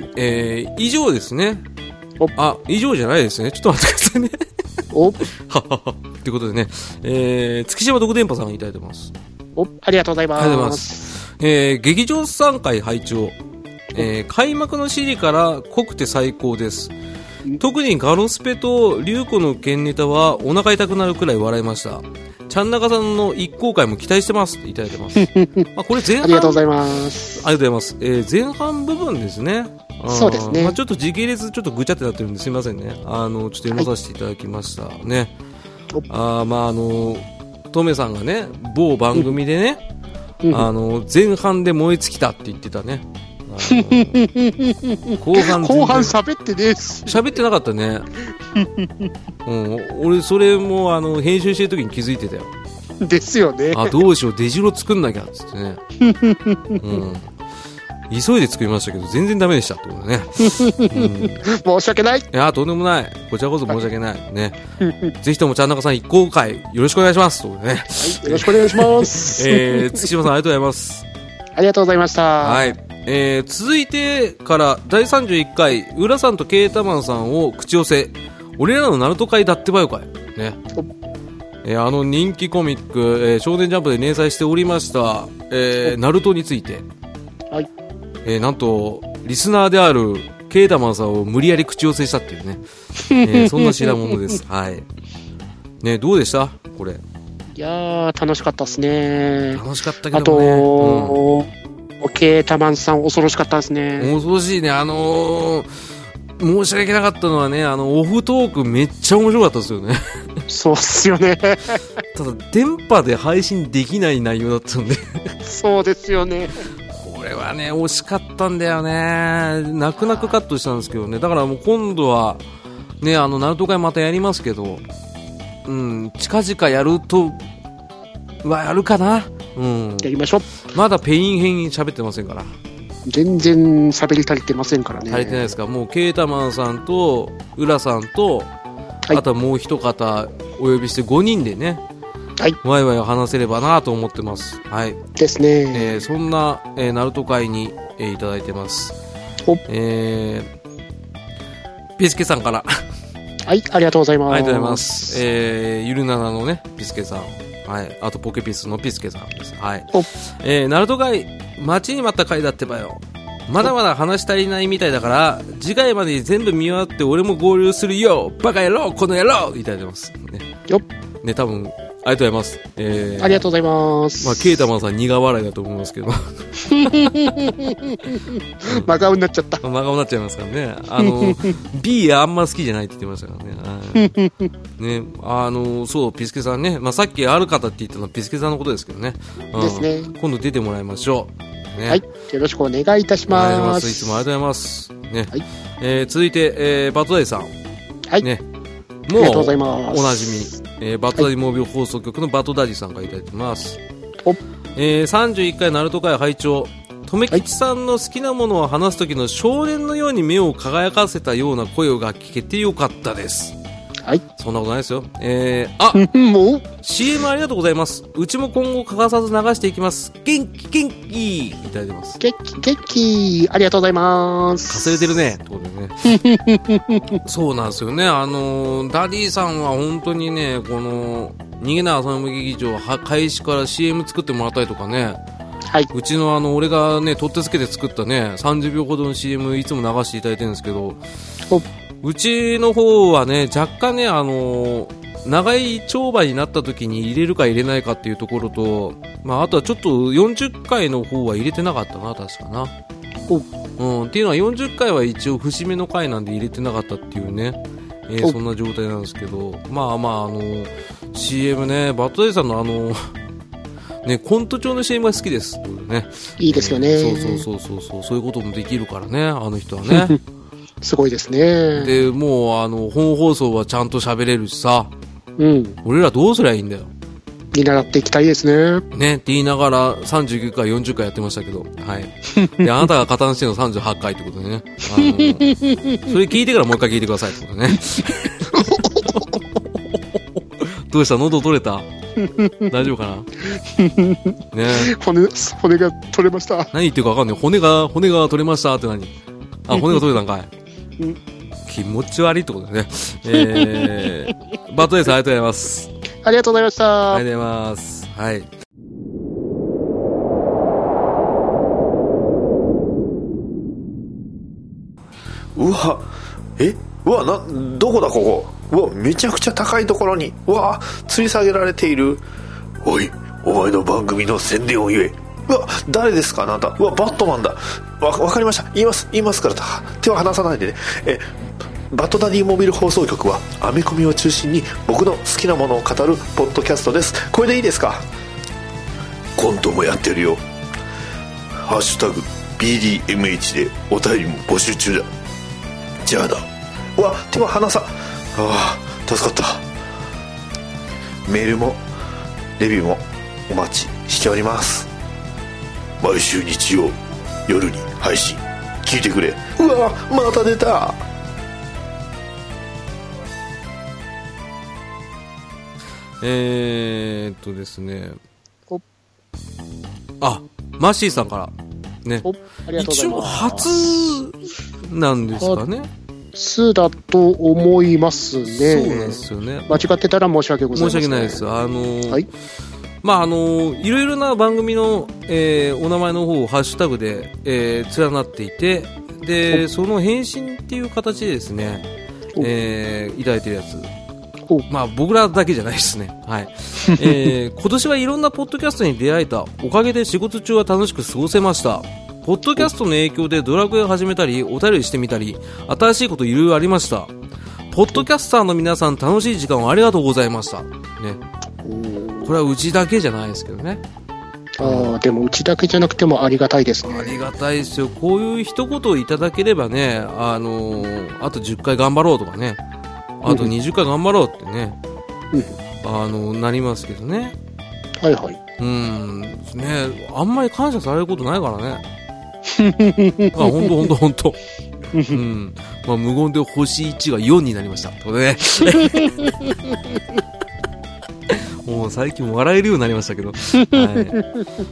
えー、以上ですね。あ、以上じゃないですね。ちょっと待ってくださいね。おははは。ということでね、えー、月島独電波さんがいただいてます。 お、ありがとうございます。 ありがとうございます。えー、劇場さんかい拝聴。えー、開幕の シーディー から濃くて最高です。特にガロスペとリュウコの剣ネタはお腹痛くなるくらい笑いました。ちゃんなかさんの一行会も期待してますっていただいてます。あ、これ前半。 ありがとうございます。 ありがとうございます。えー、前半部分ですね。 そうですね。 まあ、ちょっと時系列ちょっとぐちゃってなってるんですいませんね。あの、ちょっと読まさせていただきました、はい、ね。あまああの、トメさんがね、某番組でね、うん、あの、前半で燃え尽きたって言ってたね。後半後半喋ってね喋ってなかったね。うん、俺それもあの編集してる時に気づいてたよ。 ですよね。 あ、どうしよう出城作んなきゃっつってね。うん、急いで作りましたけど全然ダメでしたってことね。 うん、申し訳ない。いやとんでもない。こちらこそ申し訳ないね。ぜひともちゃんなかさん一行会よろしくお願いしますとね。はい、 よろしくお願いします。 えー、月島さんありがとうございます。 ありがとうございました。 はい。えー、続いてからだいさんじゅういっかい浦さんとケータマンさんを口寄せ俺らのナルト会だってばよかいね、えー、あの人気コミック、えー、少年ジャンプで連載しておりました、えー、ナルトについて、はいえー、なんとリスナーであるケータマンさんを無理やり口寄せしたっていうね、えー、そんな品物ですはいね、どうでしたこれ。 いやー楽しかったですね。 楽しかったけどね。あと、うんケータマンさん恐ろしかったですね。 恐ろしいね。あのー、申し訳なかったのはね、あのオフトークめっちゃ面白かったですよね。 そうっすよね。ただ電波で配信できない内容だったんで。 そうですよね。 これはね惜しかったんだよね。泣く泣くカットしたんですけどね。だからもう今度はねあのナルト会またやりますけど、うん近々やるとはやるかな。うん、 やりましょう。 まだペイン編喋ってませんから全然喋り足りてませんからね。 足りてないですか。もうケータマンさんと浦さんと、はい、あとはもう一方お呼びしてごにんでねはい。 ワイワイ話せればなと思ってます。はい。 ですね。 えー、そんな、えー、ナルト会に、えー、いただいてます。 おえー、ピスケさんから。 はい、ありがとうございます。 ありがとうございます。えー、ゆるななのね、ピスケさん。はい。あと、ポケピスのピスケさんです。はい。えー、ナルト会、待ちに待った回だってばよ。まだまだ話し足りないみたいだから、次回までに全部見終わって俺も合流するよ。バカ野郎、この野郎いただいてます。ね。 よっ。 ね、多分、ありがとうございます。えー、 ありがとうございます。 まあ、ケータマンさん苦笑いだと思いますけど。 真顔になっちゃった。 真顔になっちゃいますからね。あの、B あんま好きじゃないって言ってましたからね。ね、あの、そう、ピスケさんね。まあ、さっきある方って言ったのはピスケさんのことですけどね。うん、ですね。今度出てもらいましょう。ね、 はい。よろしくお願いいたします。お願いします。 いつもありがとうございます。ね。はい、えー、続いて、えー、バトダイさん。 はい。 ね。 もう、ありがとうございます。 おなじみ。えー、バトダディモービル放送局のバトダディさんからいただいてます。えー、さんじゅういっかいナルト会拝聴。とめきちさんの好きなものを話す時の少年のように目を輝かせたような声が聞けてよかったです。はい。そんなことないですよ。えー、あもう シーエム ありがとうございます。うちも今後欠かさず流していきます。元気元気いただいてます。 元気元気ありがとうございます。 かすれてるね。ということでね。そうなんですよね。あのー、ダディさんは本当にね、この、逃げない朝の劇場は開始から シーエム 作ってもらったりとかね。はい。うちのあの、俺がね、取ってつけて作ったね、さんじゅうびょうほどの シーエム いつも流していただいてるんですけど、うちの方はね、若干ね、あのー、長い長波になった時に入れるか入れないかっていうところと、まあ、あとはちょっとよんじゅっかいの方は入れてなかったな、確かな。うん、っていうのはよんじゅっかいは一応節目の回なんで入れてなかったっていうね、えー、そんな状態なんですけど、まあまあ、あのー、シーエム ね、バットデイさんのあのー、ね、コント調の シーエム が好きです。ね、 いいですよね、 えー。そうそうそうそう、そういうこともできるからね、あの人はね。 すごいですね。 で、もう、あの、本放送はちゃんと喋れるしさ。 うん。 俺らどうすりゃいいんだよ。 見習っていきたいですね。 ね、って言いながらさんじゅうきゅうかい、よんじゅっかいやってましたけど。はい。で、あなたが加担してるのさんじゅうはちかいってことでね。あの、それ聞いてからもう一回聞いてくださいってことね。どうした？喉取れた？大丈夫かな？ね。 骨、骨が取れました。 何言ってるかわかんない。骨が、骨が取れましたって何？あ、骨が取れたんかい。気持ち悪いってことでね。えー、バットデイさんありがとうございます。 ありがとうございました。 ありがとうございます。はい。 うわ、え、うわ、な、どこだここ。うわ、めちゃくちゃ高いところに、うわ、吊り下げられている。おい、お前の番組の宣伝を言え。うわ、誰ですかあなた。うわ、バットマンだ。わ、わかりました。言います、言いますから、手は離さないでね。え、バッドダディモビル放送局はアメコミを中心に僕の好きなものを語るポッドキャストです。これでいいですか？コントもやってるよ。ハッシュタグ ビーディーエムエイチ でお便りも募集中だ。じゃあだ。うわ、手は離さ。ああ、助かった。メールもレビューもお待ちしております。毎週日曜夜に配信聞いてくれ。うわ、また出た。 えーっとですね、あ、マッシーさんからね、一応初なんですかね。 初だと思いますね。 そうなんですよね。 間違ってたら申し訳ございません。 申し訳ないです。あのー、はい。まああのー、いろいろな番組の、えー、お名前の方をハッシュタグで、えー、連なっていて、でその返信っていう形でですね、えー、いただいてるやつ。まあ僕らだけじゃないですね。はい。えー、今年はいろんなポッドキャストに出会えたおかげで仕事中は楽しく過ごせました。ポッドキャストの影響でドラクエを始めたりお便りしてみたり新しいこといろいろありました。ポッドキャスターの皆さん楽しい時間をありがとうございました。ね。これはうちだけじゃないですけどね。 ああ、でもうちだけじゃなくてもありがたいですね。 ありがたいですよ。こういう一言をいただければね、あのー、あとじゅっかい頑張ろうとかね。あとにじゅっかい頑張ろうってね、うん、あのなりますけどね。 はいはい。 うんね、あんまり感謝されることないからね。あ、ほんとほんとほんと。うん。まあ無言で星いちがよんになりました。ってことでね。ももう最近笑えるようになりましたけど。はい。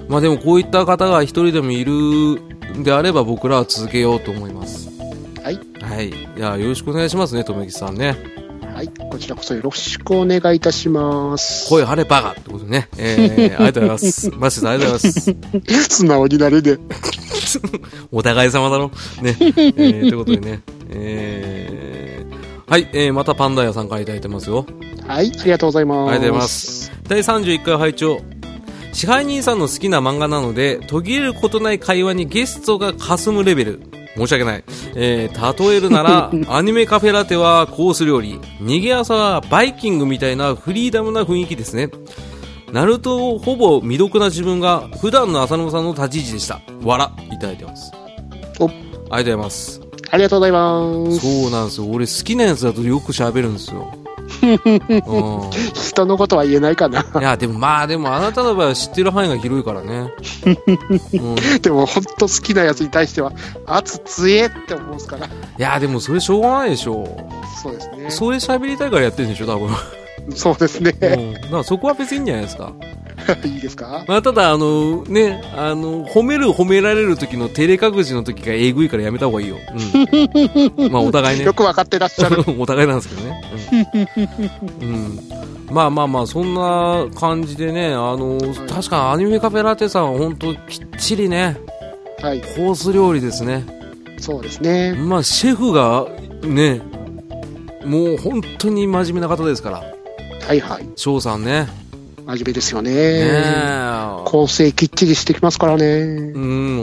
まあでもこういった方が一人でもいるんであれば僕らは続けようと思います。 はい。 はい。いや、よろしくお願いしますね、とめきさんね。 はい。こちらこそよろしくお願いいたします。 声張れバカってことね。えー、ありがとうございます。マシさんありがとうございます。 素直になれで。 お互い様だろ。ね。えー、ということでね。えー、はい。えー、またパンダ屋さんからいただいてますよ。 はい。ありがとうございます。 ありがとうございます。だいさんじゅういっかい拝聴。支配人さんの好きな漫画なので、途切れることない会話にゲストが霞むレベル。申し訳ない。えー、例えるなら、アニメカフェラテはコース料理、逃げ朝はバイキングみたいなフリーダムな雰囲気ですね。ナルトをほぼ未読な自分が、普段の浅野さんの立ち位置でした。わら、いただいてます。 お、 ありがとうございます。 ありがとうございます。 そうなんですよ。俺好きなやつだとよく喋るんですよ。うん、 人のことは言えないかな。 いやでもまあでもあなたの場合は知ってる範囲が広いからね、 うん、でも本当好きなやつに対しては圧強えって思うんですから。いやでもそれしょうがないでしょ。 そうですね。 それ喋りたいからやってるんでしょ多分。 そうですね、 うん、だからそこは別にいいんじゃないですか。 いいですか。 まあ、ただあのねあの褒める褒められる時の照れ隠しの時がえぐいからやめた方がいいよ、うん、まあお互いねよく分かってらっしゃる。 お互いなんですけどね、うんうん、まあまあまあそんな感じでね、あの確かアニメカフェラテさんは本当きっちりね、はい、コース料理ですね。 そうですね。 まあシェフがねもう本当に真面目な方ですから。はいはい。翔さんね。 真面目ですよね。ね構成きっちりしてきますからね。 うん、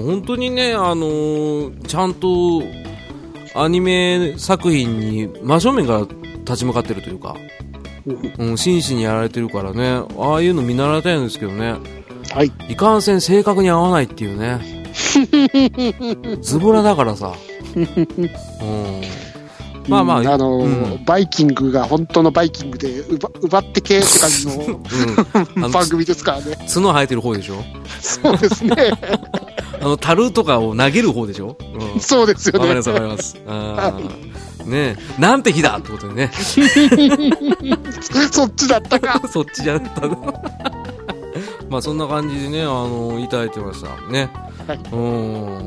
本当にね、あのー、ちゃんとアニメ作品に真正面から立ち向かってるというか、うん、真摯にやられてるからね、ああいうの見習いたいんですけどね。はい。いかんせん正確に合わないっていうね。ズボラだからさ。うん。まあまあ、 あのーうん、バイキングが本当のバイキングで奪、奪ってけって感じの、うん、番組ですからね。 角生えてる方でしょ。 そうですね。 あの樽とかを投げる方でしょ、 うん、そうですよね。 わかりますわかります。あ、はい、ねえ、なんて日だってことでね。 そっちだったか。 そっちじゃったまあそんな感じでね、あのいただいてましたね。はい、うん、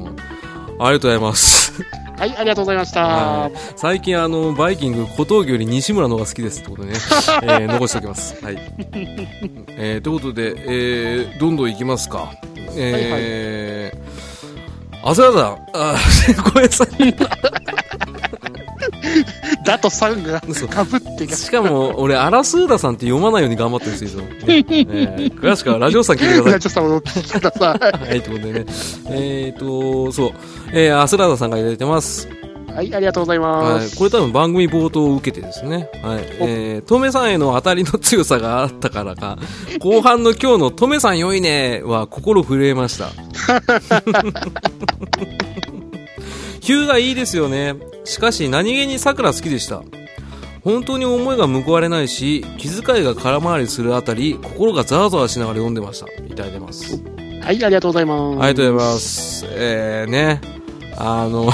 ありがとうございます。 はい、ありがとうございました。はい、 最近あのバイキング小峠より西村の方が好きですってことでね、えー、残しておきます。はい。えー、ということで、えー、どんどんいきますか。えー、はいはい、あずらさん、あ、ごめんなさい。 だとさんがかぶってしかも俺アラスーダさんって読まないように頑張ってるんですよ、ねえー、詳しくはラジオさん聞いてください。 ラジオさんをお聞きください。 はい、ということでね、えーとそう、えー、アスラーダさんがいただいてます。 はい、ありがとうございます。 はい、これ多分番組冒頭を受けてですね、はい、えー、トメさんへの当たりの強さがあったからか、後半の今日のトメさん良いねは心震えました。ヒューがいいですよね。しかし何気に桜好きでした。本当に思いが報われないし、気遣いが空回りするあたり、心がざわざわしながら読んでました。いただいてます。 はい、ありがとうございます。 ありがとうございます。えーね、あの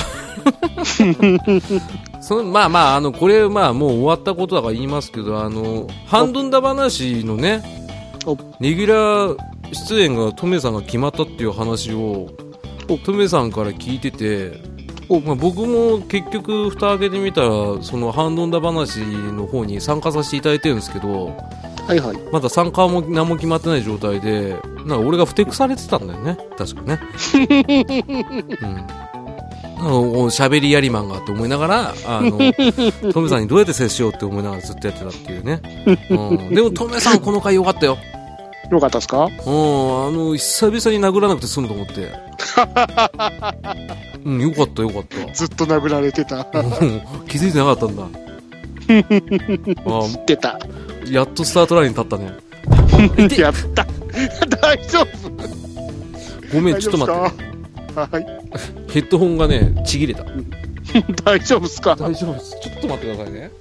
そのまあまあ、あのこれまあもう終わったことだから言いますけど、あのハンドンダ話のね、レギュラー出演がトメさんが決まったっていう話をトメさんから聞いてて、まあ、僕も結局蓋開けてみたらそのハンドンダ話の方に参加させていただいてるんですけど、はいはい、まだ参加も何も決まってない状態で、なんか俺がふてくされてたんだよね、確かね。うん、あの喋りやりマンがと思いながら、あのトメさんにどうやって接しようって思いながらずっとやってたっていうね。うん、でもトメさんこの回良かったよ。 よかったですか？うん、 あの久々に殴らなくて済むと思って。うん、よかったよかった。 ずっと殴られてた。 気づいてなかったんだ。 あ、知ってた。 やっとスタートラインに立ったね。 やった。大丈夫。 ごめん、ちょっと待って。はい。ヘッドホンがね、ちぎれた。 大丈夫っすか？ 大丈夫です。ちょっと待ってくださいね。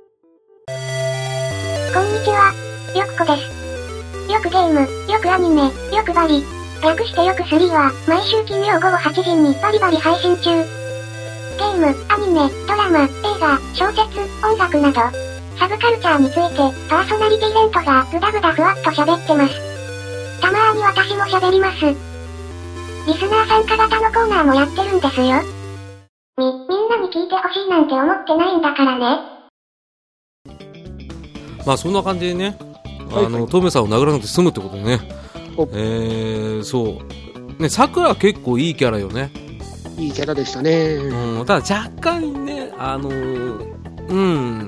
こんにちは。よくこです。よくゲーム、よくアニメ、よくバリ。略してよくスリーは、毎週金曜午後はちじにバリバリ配信中。ゲーム、アニメ、ドラマ、映画、小説、音楽など、 サブカルチャーについて、パーソナリティレントがぐだぐだふわっと喋ってます。たまーに私も喋ります。リスナー参加型のコーナーもやってるんですよ。み、みんなに聞いてほしいなんて思ってないんだからね。 まあそんな感じでね、あの、トメさんを殴らなくて済むってことでね。えー、そう。ね、桜は結構いいキャラよね。 いいキャラでしたね。 うん、ただ若干ね、あのー、うん、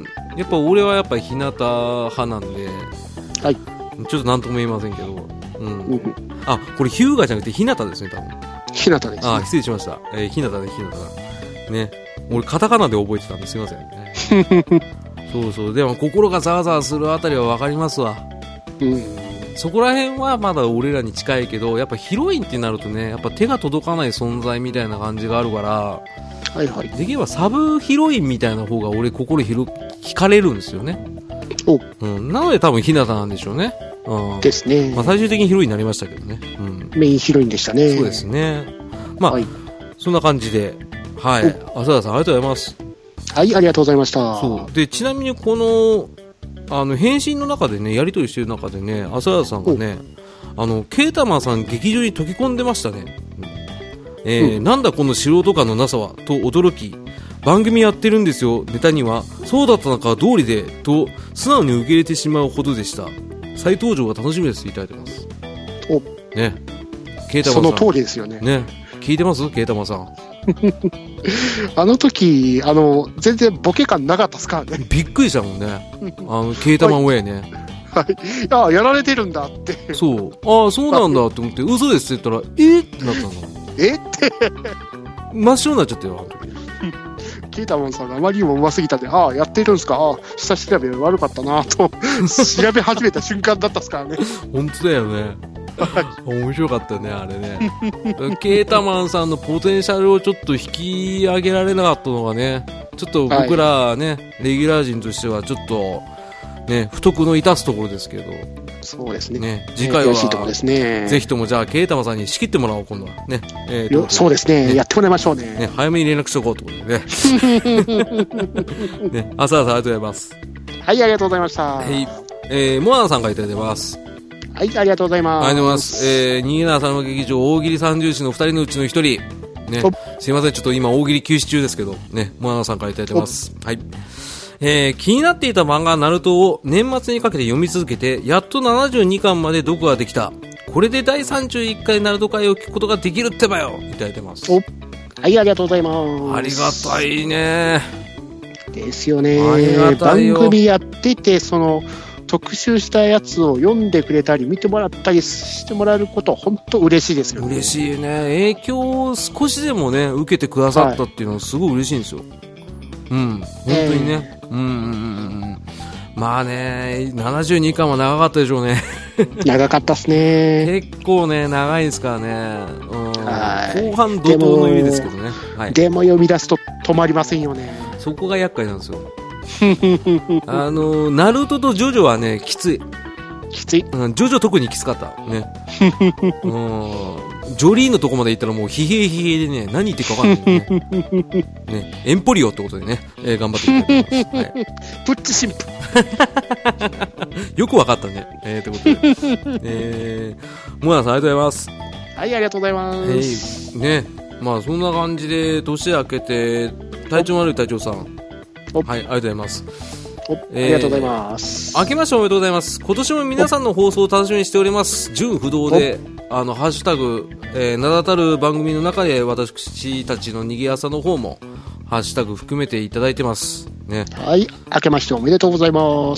やっぱ俺はやっぱ日向派なんで、 はい。 ちょっとなんとも言えませんけど、うん。うん、あ、これヒューガじゃなくて日向ですね、多分。 日向です、ね。 あ、失礼しました。えー、日向で日向だ。ね。俺カタカナで覚えてたんですいませんね。そうそう。でも心がざわざわするあたりはわかりますわ。うん。そこら辺はまだ俺らに近いけど、やっぱヒロインってなるとね、やっぱ手が届かない存在みたいな感じがあるから、 はいはい。 できればサブヒロインみたいな方が俺心ひろ惹かれるんですよね。 お、 うん、なので多分日向なんでしょうね。うん、 ですね。 まあ最終的にヒロインになりましたけどね。うん、 メインヒロインでしたね。 そうですね。まあ、はい、そんな感じで、はい。浅田さんありがとうございます。 はい、ありがとうございました。 そうで、ちなみにこのあの返信の中でね、やり取りしてる中でね、浅田さんがね、あのケータマンさん劇場に溶け込んでましたね。えーうん、なんだこの素人感のなさはと驚き、番組やってるんですよ、ネタにはそうだったのか通りでと素直に受け入れてしまうほどでした。再登場が楽しみですといただいてます。 おね、ケータマンさん、 その通りですよね。 ね、聞いてますケータマンさん。 あの時あの全然ボケ感なかったですからね。 びっくりしたもんね。あのケータマンウェイね。 はい、ああやられてるんだって。 そう、ああそうなんだって思って嘘ですって言ったらえー、ってなったの。えって真っ白になっちゃったよあの時。 ケータマンさんがあまりにもうますぎたんで、ああやってるんですか、ああ下調べ悪かったなと調べ始めた瞬間だったっすからね。 本当だよね。面白かったねあれね。ケータマンさんのポテンシャルをちょっと引き上げられなかったのがね、ちょっと僕らね、はい、レギュラー陣としてはちょっとね不徳の致すところですけど。 そうですね。 ね、次回は、 ね、 ぜひともじゃあケータマンさんに仕切ってもらおう今度はね。 えー、そうですね、ね、やってもらいましょうね。 ね、早めに連絡しとこうということでね。ね、浅田さんありがとうございます。 はい、ありがとうございました。はい、 えー、モアナさんからいただいてます。 はい、ありがとうございます。 ありがとうございます。えー、新潟さんの劇場大喜利三重士の二人のうちの一人ね、すいませんちょっと今大喜利休止中ですけどね、モアナさんからいただいてます。はい。えー、気になっていた漫画ナルトを年末にかけて読み続けてやっとななじゅうにかんまで読ができた。これでだいさんじゅういっかいナルト回を聞くことができるってばよ、いただいてます。 お、はい、ありがとうございます。 ありがたいね。 ですよね。ありがたいよ。番組やっててその特集したやつを読んでくれたり見てもらったりしてもらえること本当嬉しいですよね。 嬉しいね。影響を少しでもね受けてくださったっていうのはすごい嬉しいんですよ。はい、うん、本当にね。えー、うんうんうん。まあね、ななじゅうにかんは長かったでしょうね。 長かったっすね。 結構ね長いですからね。うん、後半怒涛の入りですけどね。 はい、でも読み出すと止まりませんよね。 そこが厄介なんですよ。あのナルトとジョジョはねきつい。 きつい。 うん、ジョジョ特にきつかったね。うん、ジョリーのとこまで行ったらもう疲弊疲弊でね何言ってるか分かんないね。ね、エンポリオってことでね、えー、頑張っていただきます。はい、 プッチシンプよく分かったね。えー、ということで、えー、モアナさんありがとうございます。 はい、ありがとうございます。 えー、ね、まあそんな感じで年明けて体調悪い隊長さん、はい、ありがとうございます。 えー、ありがとうございます。 明けましておめでとうございます。今年も皆さんの放送を楽しみにしております。純不動であのハッシュタグ、えー、名だたる番組の中で私たちのにぎやさの方もハッシュタグ含めていただいてますね。 はい、明けましておめでとうございます。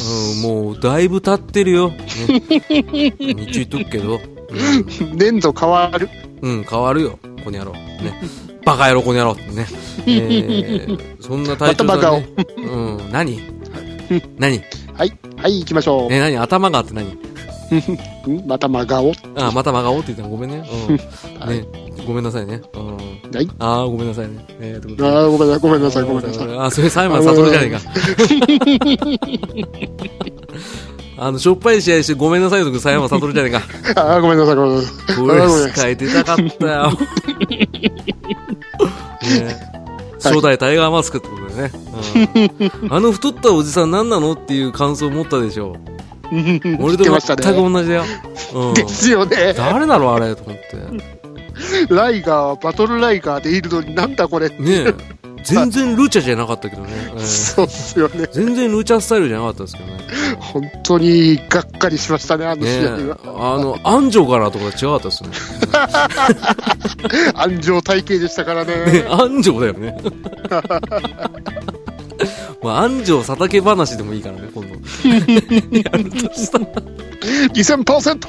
うん、もうだいぶ経ってるよ、ね、日中言っとくけど、 うん、年度変わる。 うん、変わるよこの野郎ね。バカ野郎この野郎ね、えー、そんなタイトルだね。うん、何何はいはい行きましょう。 ね、何頭がって何また真顔。 あ、また真顔って言ったのごめんね。うん、はい、ね、ごめんなさいね。うん、はい。あーごめんなさいね。えー、とあーごめんなごめんなさいごめんなさい。 あ、それサイモン悟じゃねえか。あのしょっぱい試合してごめんなさいとかサイモン悟じゃねえか。 あーごめんなさいごめんなさい。 これ使い出たかったよ。ね、 初代タイガーマスクってことでね。うん、あの太ったおじさん何なのっていう感想を持ったでしょう。俺と全く同じだよ。 うん、ですよね。 誰だろうあれと思って。 ライガー、バトルライガーでいるのになんだこれって。 ねえ。全然ルチャじゃなかったけどね。 えー、そうっすよね。 全然ルチャスタイルじゃなかったですけどね。 本当にがっかりしましたね、あの試合は。ね、 あの、安城からとか違かったですね。 安城体型でしたからね。 ね、安城だよね。まあ、安城佐竹話でもいいからね、今度。やるとしたら。 にせんパーセント!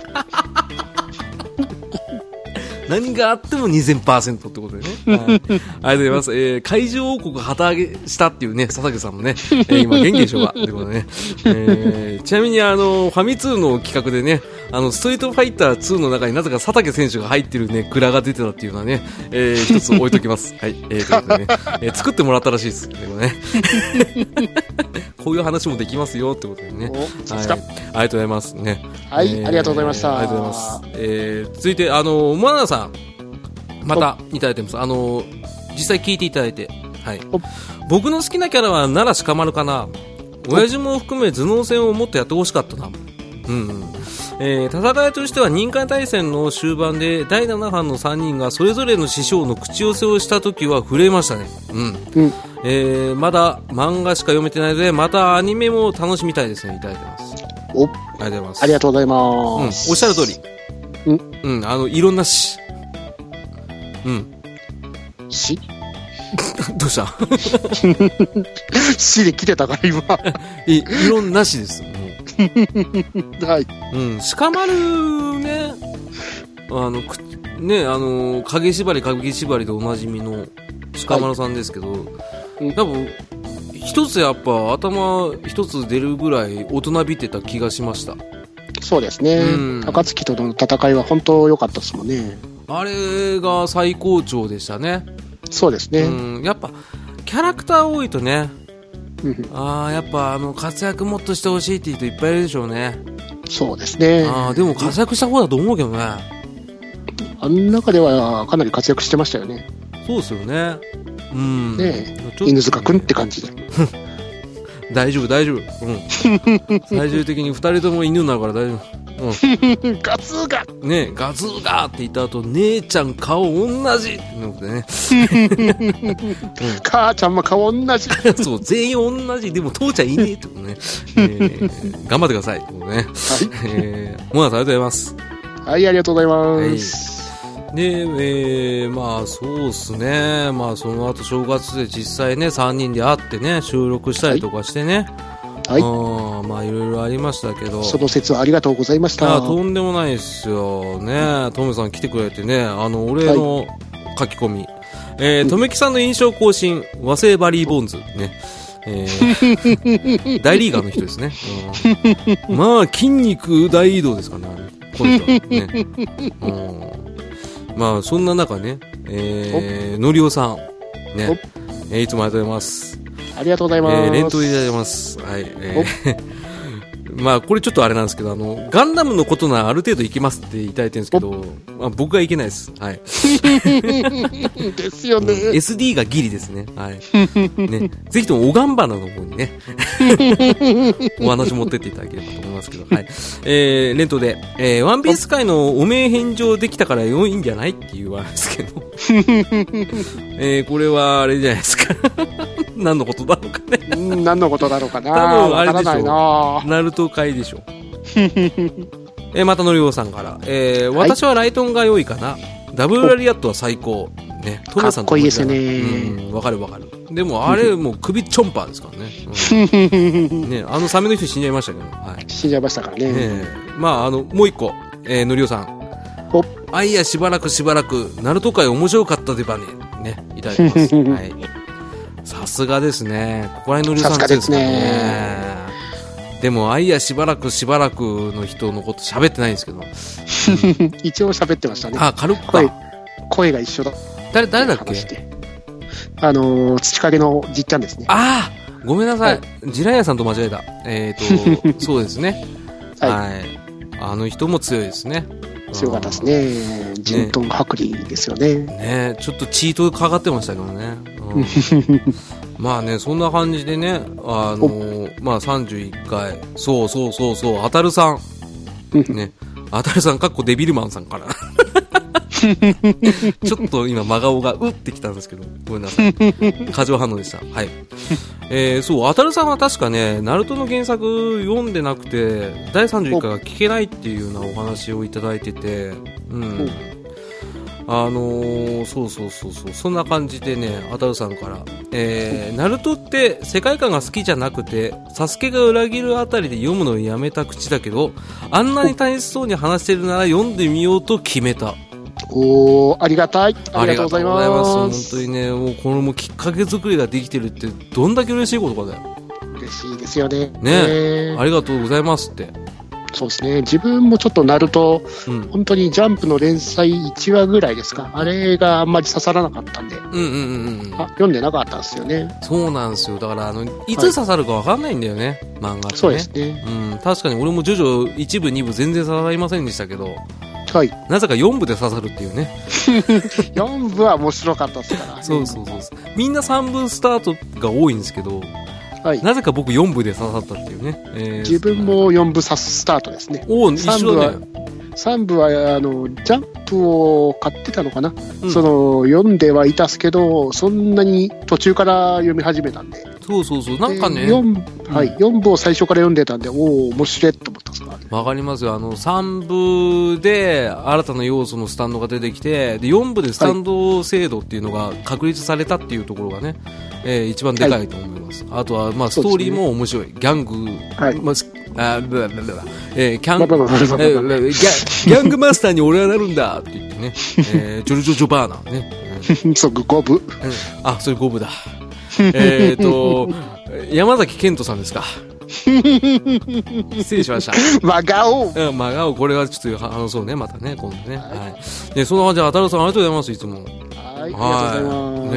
何があっても にせんパーセント ってことでね。はい、ありがとうございます。えー、海上王国旗揚げしたっていうね、佐竹さんもね、えー、今元気でしょうかということでね。えー、ちなみにあの、ファミ通の企画でね、あの、ストリートファイターツーの中になぜか佐竹選手が入ってるね、グラが出てたっていうのはね、えー、一つ置いときます。はい。えー、ということでね、えー、作ってもらったらしいです。ね、こういう話もできますよってことでね。はい。ありがとうございますね。 はい、えー、ありがとうございました。 ありがとうございます。えー、続いて、あの、マナさん、またいただいてます。あの、実際聞いていただいて。はい。僕の好きなキャラは奈良鹿丸かな。親父も含め頭脳戦をもっとやってほしかったな。うんうん。えー、戦いとしては任界大戦の終盤でだいなな班のさんにんがそれぞれの師匠の口寄せをした時は震えましたね。うん。うん、えー、まだ漫画しか読めてないので、またアニメも楽しみたいですね。いただいてます。 お、 ありがとうございます。 ありがとうございます。 うん、おっしゃる通り。うん。うん、あの、いろんなし。うん。 しどうしたしで来てたから今。 い、いろんなしです。もう。はい。 うん、鹿丸ね、あの、く、ね、あの、影縛り、影縛りでおなじみの鹿丸さんですけど、はい、多分、一つやっぱ頭一つ出るぐらい大人びてた気がしました。 そうですね。うん、高槻との戦いは本当良かったですもんね。 あれが最高潮でしたね。 そうですね。 うん、やっぱキャラクター多いとね、うん、ああやっぱあの活躍もっとしてほしいっていう人いっぱいいるでしょうね。 そうですね。 ああでも活躍した方だと思うけどね。 あの中ではかなり活躍してましたよね。 そうですよね。うん。 ねえ、犬塚くんって感じで。 大丈夫大丈夫。うん。最終的に二人とも犬になるから大丈夫。うん、 ガツーガねガツーガーって言った後姉ちゃん顔同じってことでね、 うん、母ちゃんも顔同じそう全員同じでも父ちゃんいねえってことね、えー、頑張ってくださいってことね、はいえー、モナさんありがとうございます。 はいありがとうございます、 はい、で、えー、まあそうっすねまあその後正月で実際ねさんにんで会ってね収録したりとかしてね、はい、あまあいろいろありましたけどその説はありがとうございました。 あとんでもないですよね。トメさん来てくれてねあのお礼の書き込み、はいえー、トメキさんの印象更新和製バリーボンズね、えー、大リーガーの人ですね、うん、まあ筋肉大移動ですかねこの人はね、うん、まあそんな中ね、えー、のりおさんね、えー、いつもありがとうございます。 ありがとうございます。 えー、連投いただいてます。はい。えー、まあ、これちょっとあれなんですけど、あの、ガンダムのことならある程度いけますっていただいてるんですけど、まあ、僕はいけないです。はい。 ですよね、 うん。エスディー がギリですね。はい。ね。ぜひとも、おがんばなの方にね、お話持ってっていただければと思いますけど、はい。えー、連投で、えー、ワンピース界のお名返上できたから良いんじゃないっていうあれですけど、えー、これはあれじゃないですか。何のことだろうかね。 何のことだろうかな。 多分あれでしょ。 わからないな。 ナルト会でしょ。えー、またのりおさんから、えーはい、私はライトンが良いかな。ダブルラリアットは最高。ね、トメさんとかっこいいですね。 うん、わかるわかる。でもあれもう首チョンパーですからね。うん、ね、あのサメの人死んじゃいましたけど。はい、 死んじゃいましたからね。 ねまああのもう一個、えー、のりおさん。お、あいやしばらくしばらくナルト会面白かったでばね。ね、いただきます。はい。さすがですね。ここら辺のりょうさんですね。ねでも、あいやしばらくしばらくの人のこと喋ってないんですけど。うん、 一応喋ってましたね。 あ、軽くか。 声、声が一緒だ。 誰、誰だっけあのー、土影のじっちゃんですね。 ああごめんなさい。はい、ジライアさんと間違えた。えっ、ー、と、そうですね。はい、はい。あの人も強いですね。 強かったですね。ジントン・ハクリーですよね。 ねちょっとチートかかってましたけどね。うまあね、そんな感じでね、あのー、まあさんじゅういっかい、そうそうそうそう、あたるさん。ね、あたるさん、かっこデビルマンさんから。ちょっと今真顔がうってきたんですけど、ごめんなさい。過剰反応でした。はい。えー、そう、あたるさんは確かね、ナルトの原作読んでなくて、だいさんじゅういっかいが聞けないっていうようなお話をいただいてて、うん。あのー、そうそうそうそう、そんな感じでね、あたるさんから、えー、ナルトって世界観が好きじゃなくて、サスケが裏切るあたりで読むのをやめた口だけど、あんなに楽しそうに話してるなら読んでみようと決めた。 おー、ありがたい。ありがとうございます。 ありがとうございます。本当にね、もうこれもきっかけ作りができてるって、どんだけ嬉しいことかだよ。 嬉しいですよね。 ねえ、ありがとうございますって。 そうですね。自分もちょっとナルト、うん、本当にジャンプの連載いちわぐらいですか。あれがあんまり刺さらなかったんで。うんうんうんうん。あ、読んでなかったんですよね。 そうなんですよ。だから、あの、いつ刺さるかわかんないんだよね。はい、漫画ってね。 そうですね。 うん。確かに俺もジョジョいちぶにぶ全然刺さりませんでしたけど。 はい。 なぜかよんぶで刺さるっていうね。 よんぶは面白かったですから。 そうそうそう。みんなさんぶスタートが多いんですけど、はい、なぜか僕よんぶで刺さったっていうね。えー、 自分もよんぶスタートですね。 おお、一緒だね。 さんぶは、あの、ジャンプを買ってたのかな、うん、その、読んではいたっすけど、そんなに途中から読み始めたんで。 そうそうそう、なんかね。 よん、はい、よんぶを最初から読んでたんで、おお、面白いと思ったんですかね。 わかりますよ。あの、さんぶで新たな要素のスタンドが出てきて、で、よんぶでスタンド制度っていうのが確立されたっていうところがね、えー、一番でかいと思います。はい、あとは、まあ、ストーリーも面白い。ギャング、はい、まあ、あブラブラブラえー、キャン、えー、ギャ、ギャングマスターに俺はなるんだって言ってね、えー、ジョルジョジョバーナーね。 うん、そう、ゴブ。うん、 あ、それゴブだ。えっと、山崎賢人さんですか。失礼しました。 真顔。 うん、真顔。これはちょっと話そうね、またね、今度ね。はい。で、その感じで、あたるさんありがとうございます、いつも。 はい、ありがとうございます。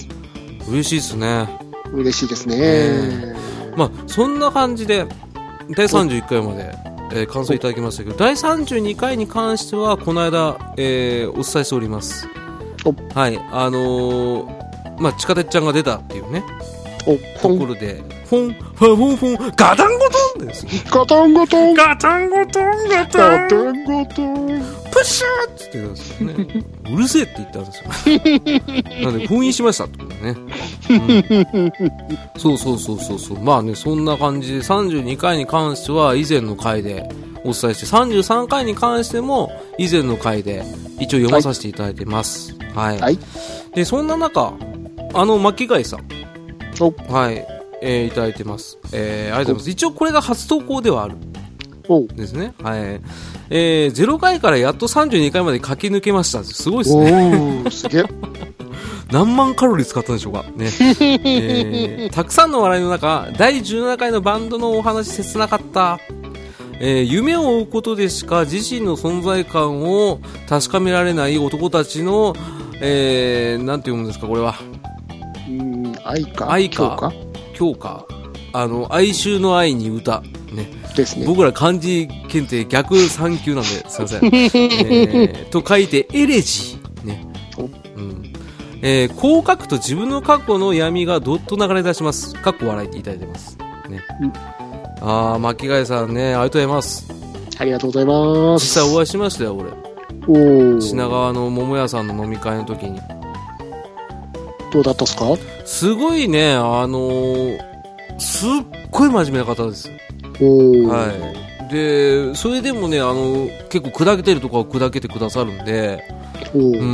ね。嬉しいですね。 嬉しいですね。 まあ、そんな感じで、だいさんじゅういっかいまで、えー、感想いただきましたけど、だいさんじゅうにかいに関しては、この間、えー、お伝えしております。はい。あのー、まあ、地下鉄ちゃんが出たっていうね。 お、 ところで、フォン、ファフォンフォン、ガタンゴトンです。 ガタンゴトンガタンゴトンガタンガタンゴトンプッシューって言ってたんですよね。うるせえって言ったんですよ。なんで封印しましたってことね、うん。そうそうそうそうそう。まあね、そんな感じでさんじゅうにかいに関しては以前の回でお伝えして、さんじゅうさんかいに関しても以前の回で一応読まさせていただいてます。はい。はい、で、そんな中、あの巻貝さん。はい、えー、いただいてます。えー、ありがとうございます。一応これが初投稿ではある。ですね。はい。えー、ゼロかいからやっとさんじゅうにかいまで駆け抜けました。すごいですね。 おすげえ。 何万カロリー使ったんでしょうか。ね。えー、たくさんの笑いの中、だいじゅうななかいのバンドのお話切なかった。えー、夢を追うことでしか自身の存在感を確かめられない男たちの、えー、なんて読むんですか、これは。 うーん、愛か愛か強化あの哀愁の愛に歌ねですね。 僕ら漢字検定逆さん級なんですいません、えー、と書いてエレジーね、うんえー、こう書くと自分の過去の闇がどっと流れ出します。かっこ笑いっていただいてますね、うん、あー巻貝さんね、ありがとうございます。 ありがとうございます。 実際お会いしましたよ俺。 お品川の桃屋さんの飲み会の時に。 どうだったっすか？ すごいね、あのー、すっごい真面目な方です。 おはい。で、それでもね、あの、結構砕けてるとこは砕けてくださるんで、 おうん、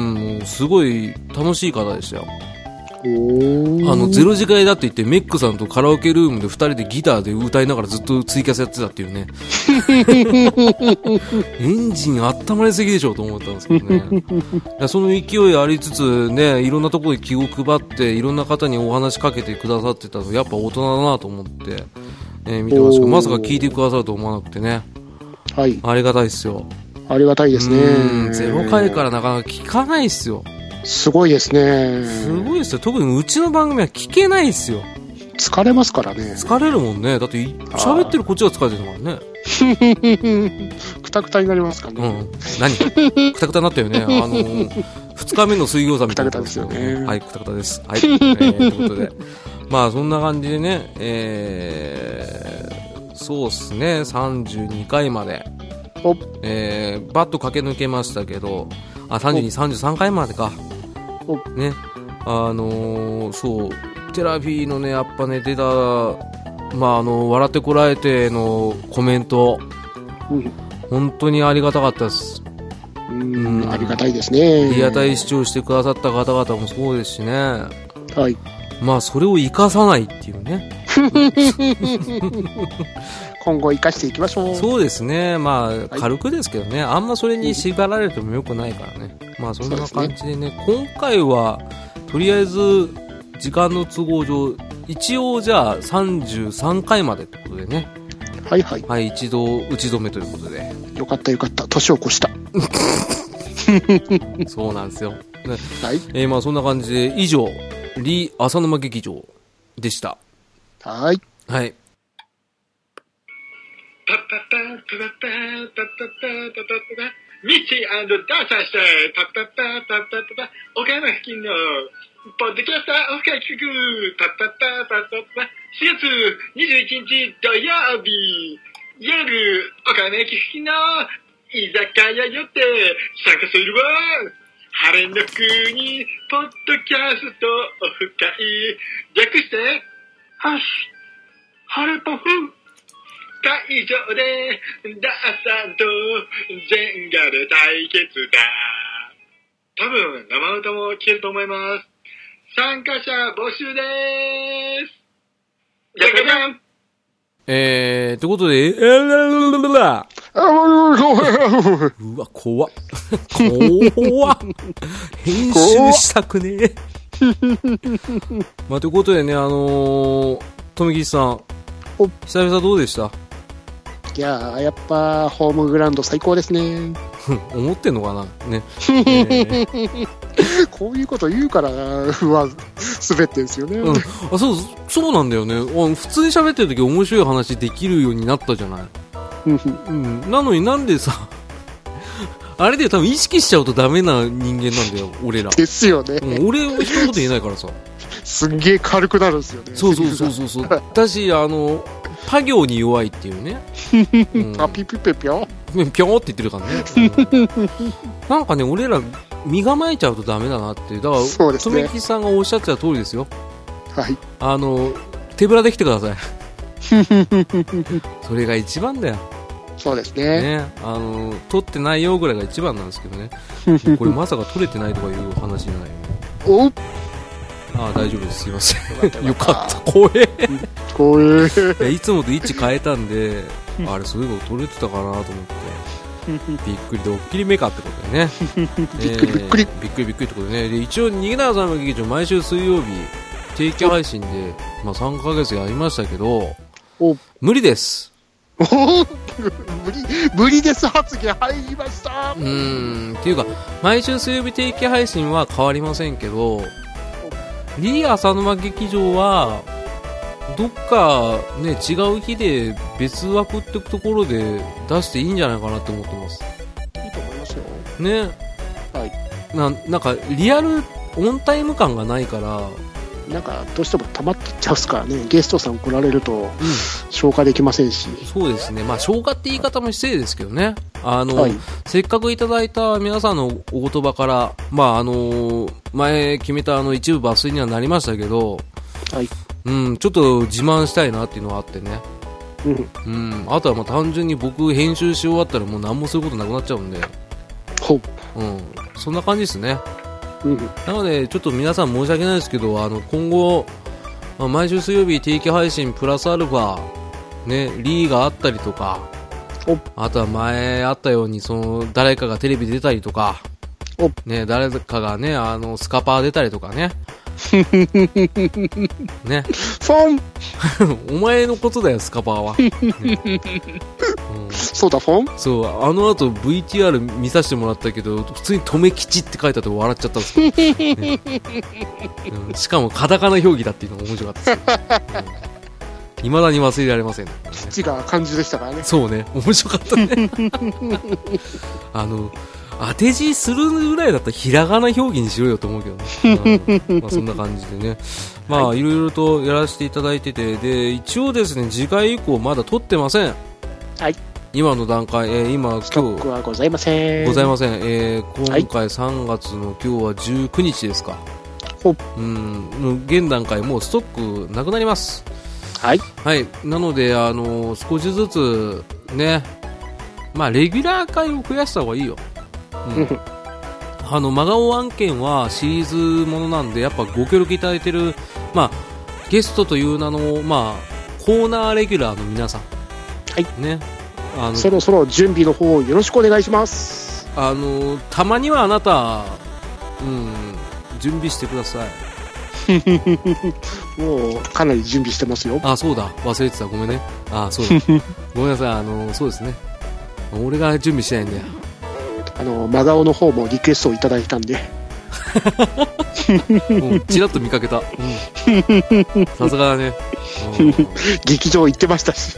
すごい楽しい方でしたよ。 おあの、ゼロ次会だって言って、メックさんとカラオケルームで二人でギターで歌いながらずっとツイキャスやってたっていうね。エンジン温まりすぎでしょと思ったんですけどね。その勢いありつつね、いろんなところで気を配って、いろんな方にお話しかけてくださってたの、やっぱ大人だなと思って、えー、見てましたけど、まさか聞いてくださると思わなくてね。 はい。 ありがたいっすよ。 ありがたいですね。 うん、ゼロ回からなかなか聞かないっすよ。 すごいですね。 すごいですよ。特にうちの番組は聞けないですよ。 疲れますからね。 疲れるもんね。だって喋ってるこっちが疲れてるからね。 くたくたになりますかね。 うん。何くたくたになったよね。あのー、普つかめの水餃子みたいな。 くたくたですよね。 はい、くたくたです。はい。えー、ということで。まあ、そんな感じでね、えー、そうっすね、さんじゅうにかいまで、えー、バッと駆け抜けましたけど、あ、さんじゅうに、さんじゅうさんかいまでか。ね。あのー、そう、テラフィーのね、やっぱね、出た、まあ、あの、笑ってこらえてのコメント、うん、本当にありがたかったです。 うん、ありがたいですね。 リアタイ視聴してくださった方々もそうですしね。 はい。 まあ、それを生かさないっていうね。 今後生かしていきましょう。 そうですね。まあ、軽くですけどね。はい、あんまそれに縛られてもよくないからね。まあ、そんな感じでね。でね、今回は、とりあえず、時間の都合上、一応じゃあさんじゅうさんかいまでってことでね。 はいはい。 はい、一度打ち止めということで。 よかったよかった。年を越した。 そうなんですよ。ね、 はい。 えー、まあそんな感じで、以上、リー浅沼劇場でした。 はい。 はい。 パパパパパパパパパパパミッチー&ダンサーして、パパパパパパパ岡山付近のポッドキャスターオフ会企画、パパパパパパしがつにじゅういちにち土曜日、夜、岡山駅付近の居酒屋寄って参加するわ。晴れの国ポッドキャストオフ会、略して、ハッシュ、晴れパフ会場でダーさんと全ガで対決だ。多分生歌も聴けると思います。参加者募集でーす。じゃじゃじゃん。 えー、ということで、えー、うわ、怖っ。怖っ。編集したくねえ。まあ、ということでね、あのー、富吉さん、久々どうでした？ いやー、やっぱホームグラウンド最高ですね。 思ってんのかなね、えー、 こういうこと言うからうわ滑ってんですよね、うん、 あ、そうそうなんだよね。普通に喋ってる時面白い話できるようになったじゃない、うん、なのになんでさあれで多分意識しちゃうとダメな人間なんだよ俺らですよね、 うん、俺は一言言えないからさすんげえ軽くなるんですよね。 そうそうそうそうそうだし、あのパ行に弱いっていうね、うん、 あピピピピョピョーって言ってるからね、うん、なんかね俺ら身構えちゃうとダメだなって。だからそうですね、富木さんがおっしゃってた通りですよ。はい、あの手ぶらで来てくださいそれが一番だよ。 そうです ね, ね、あの撮ってないよぐらいが一番なんですけどねこれまさか撮れてないとかいう話じゃないよ。おああ大丈夫です、すいませんよかった。怖え怖えいつもと位置変えたんであれそういうの撮れてたかなと思ってびっくりで、おっきり目かってことでねびっくりびっくり、 えー、びっくりびっくりってことでね。で一応逃げないさんの劇場毎週水曜日定期配信で、まあ、さんかげつやりましたけど無理です無理無理です発言入りました。 うーんっていうか毎週水曜日定期配信は変わりませんけど、リー浅沼劇場はどっかね違う日で別枠ってところで出していいんじゃないかなって思ってます。 いいと思いますよね。はいな、なんかリアルオンタイム感がないからなんかどうしても溜まってっちゃうっすからね。ゲストさん来られると、うん、消化できませんし。 そうですね、まあ消化って言い方も失礼ですけどね。あの、はい、せっかくいただいた皆さんのお言葉からまああの前決めたあの一部抜粋にはなりましたけど、はいうん、ちょっと自慢したいなっていうのがあってね、うんうん、あとはまあ単純に僕編集し終わったらもう何もすることなくなっちゃうんで、ほう、うん、そんな感じですね、うん、なのでちょっと皆さん申し訳ないですけどあの今後、まあ、毎週水曜日定期配信プラスアルファ、ね、リーがあったりとかあとは前あったようにその誰かがテレビ出たりとか、ね、誰かがねあのスカパー出たりとかねね、フォンお前のことだよスカパーは、ねうん、そうだフォンそうあの後 ブイティーアール 見させてもらったけど普通に留吉って書いてあって笑っちゃったんですけど、ねうん、しかもカタカナ表記だっていうのが面白かったですけど、うん、未だに忘れられません、ね、 父が漢字でしたからね。 そうね面白かったねあの当て字するぐらいだったらひらがな表記にしろよと思うけどね、うん、まあそんな感じでね、まあ、はい、いろいろとやらせていただいてて、で一応ですね次回以降まだ撮ってません。 はい、 今の段階、えー、今今日ストックはございませんございません、えー、今回さんがつの今日はじゅうくにちですか。 ほうん現段階もうストックなくなります。 はい、 はい、なので、あのー、少しずつね、まあレギュラー回を増やした方がいいよ。うん、あの真顔案件はシリーズものなんで、やっぱご協力いただいてる、まあ、ゲストという名の、まあ、コーナーレギュラーの皆さん、 はいね、あのそろそろ準備の方よろしくお願いします。 あのたまにはあなた、うん、準備してください。もうかなり準備してますよ。 あ、そうだ、忘れてた、ごめんね。あ、そうだごめんなさい、あのそうですね、俺が準備しないんだよ。 あの真顔の方もリクエストをいただいたんでうん、ちらっと見かけた。さすがだね。 劇場行ってましたし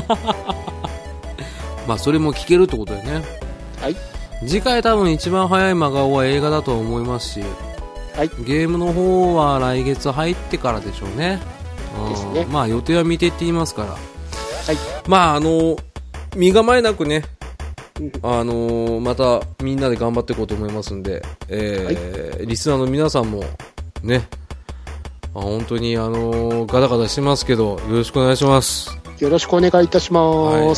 まあそれも聞けるってことだよね。 はい、 次回多分一番早い真顔は映画だと思いますし、 はい、 ゲームの方は来月入ってからでしょうね。 ですね。 まあ予定は未定って言いますから、はい、まああの身構えなくね、あのー、またみんなで頑張っていこうと思いますんで、えーはい、リスナーの皆さんもね、あ本当に、あのー、ガタガタしてますけどよろしくお願いします。 よろしくお願いいたします、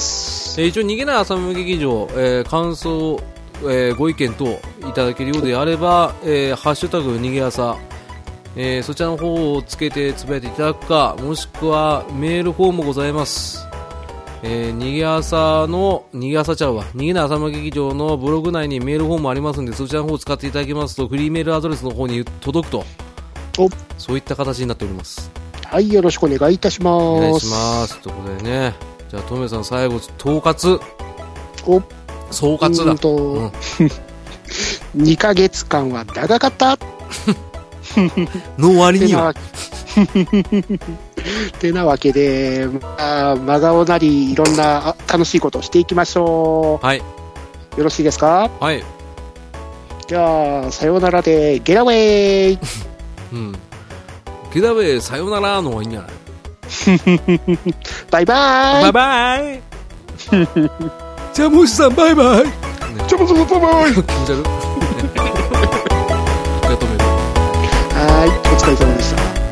はい、えー、一応逃げない浅沼劇場、えー、感想、えー、ご意見等いただけるようであれば、えー、ハッシュタグ逃げ朝、えー、そちらの方をつけてつぶやいていただくか、もしくはメールフォームもございます。えー、逃げ朝の逃げ朝ちゃうわ逃げない浅間劇場のブログ内にメールフォームありますので、そちらの方を使っていただきますとフリーメールアドレスの方に届くと、そういった形になっております。 はい、よろしくお願いいたします。 お願いしますということでね、じゃあトメさん最後統括お総括だうんと、うん、にかげつかんは長かったの割にはてなわけで、まあ、真顔なりいろんな楽しいことをしていきましょう。 はい、 よろしいですか。 はい、 じゃあさようならでゲラウェイ、 うん、ゲラウェイさようならの方がいいんじゃないバイバイバイバイジャムシさんバイバイ、ね、 ジャムシさんバイバイ気持ち悪いはい、お疲れ様でした。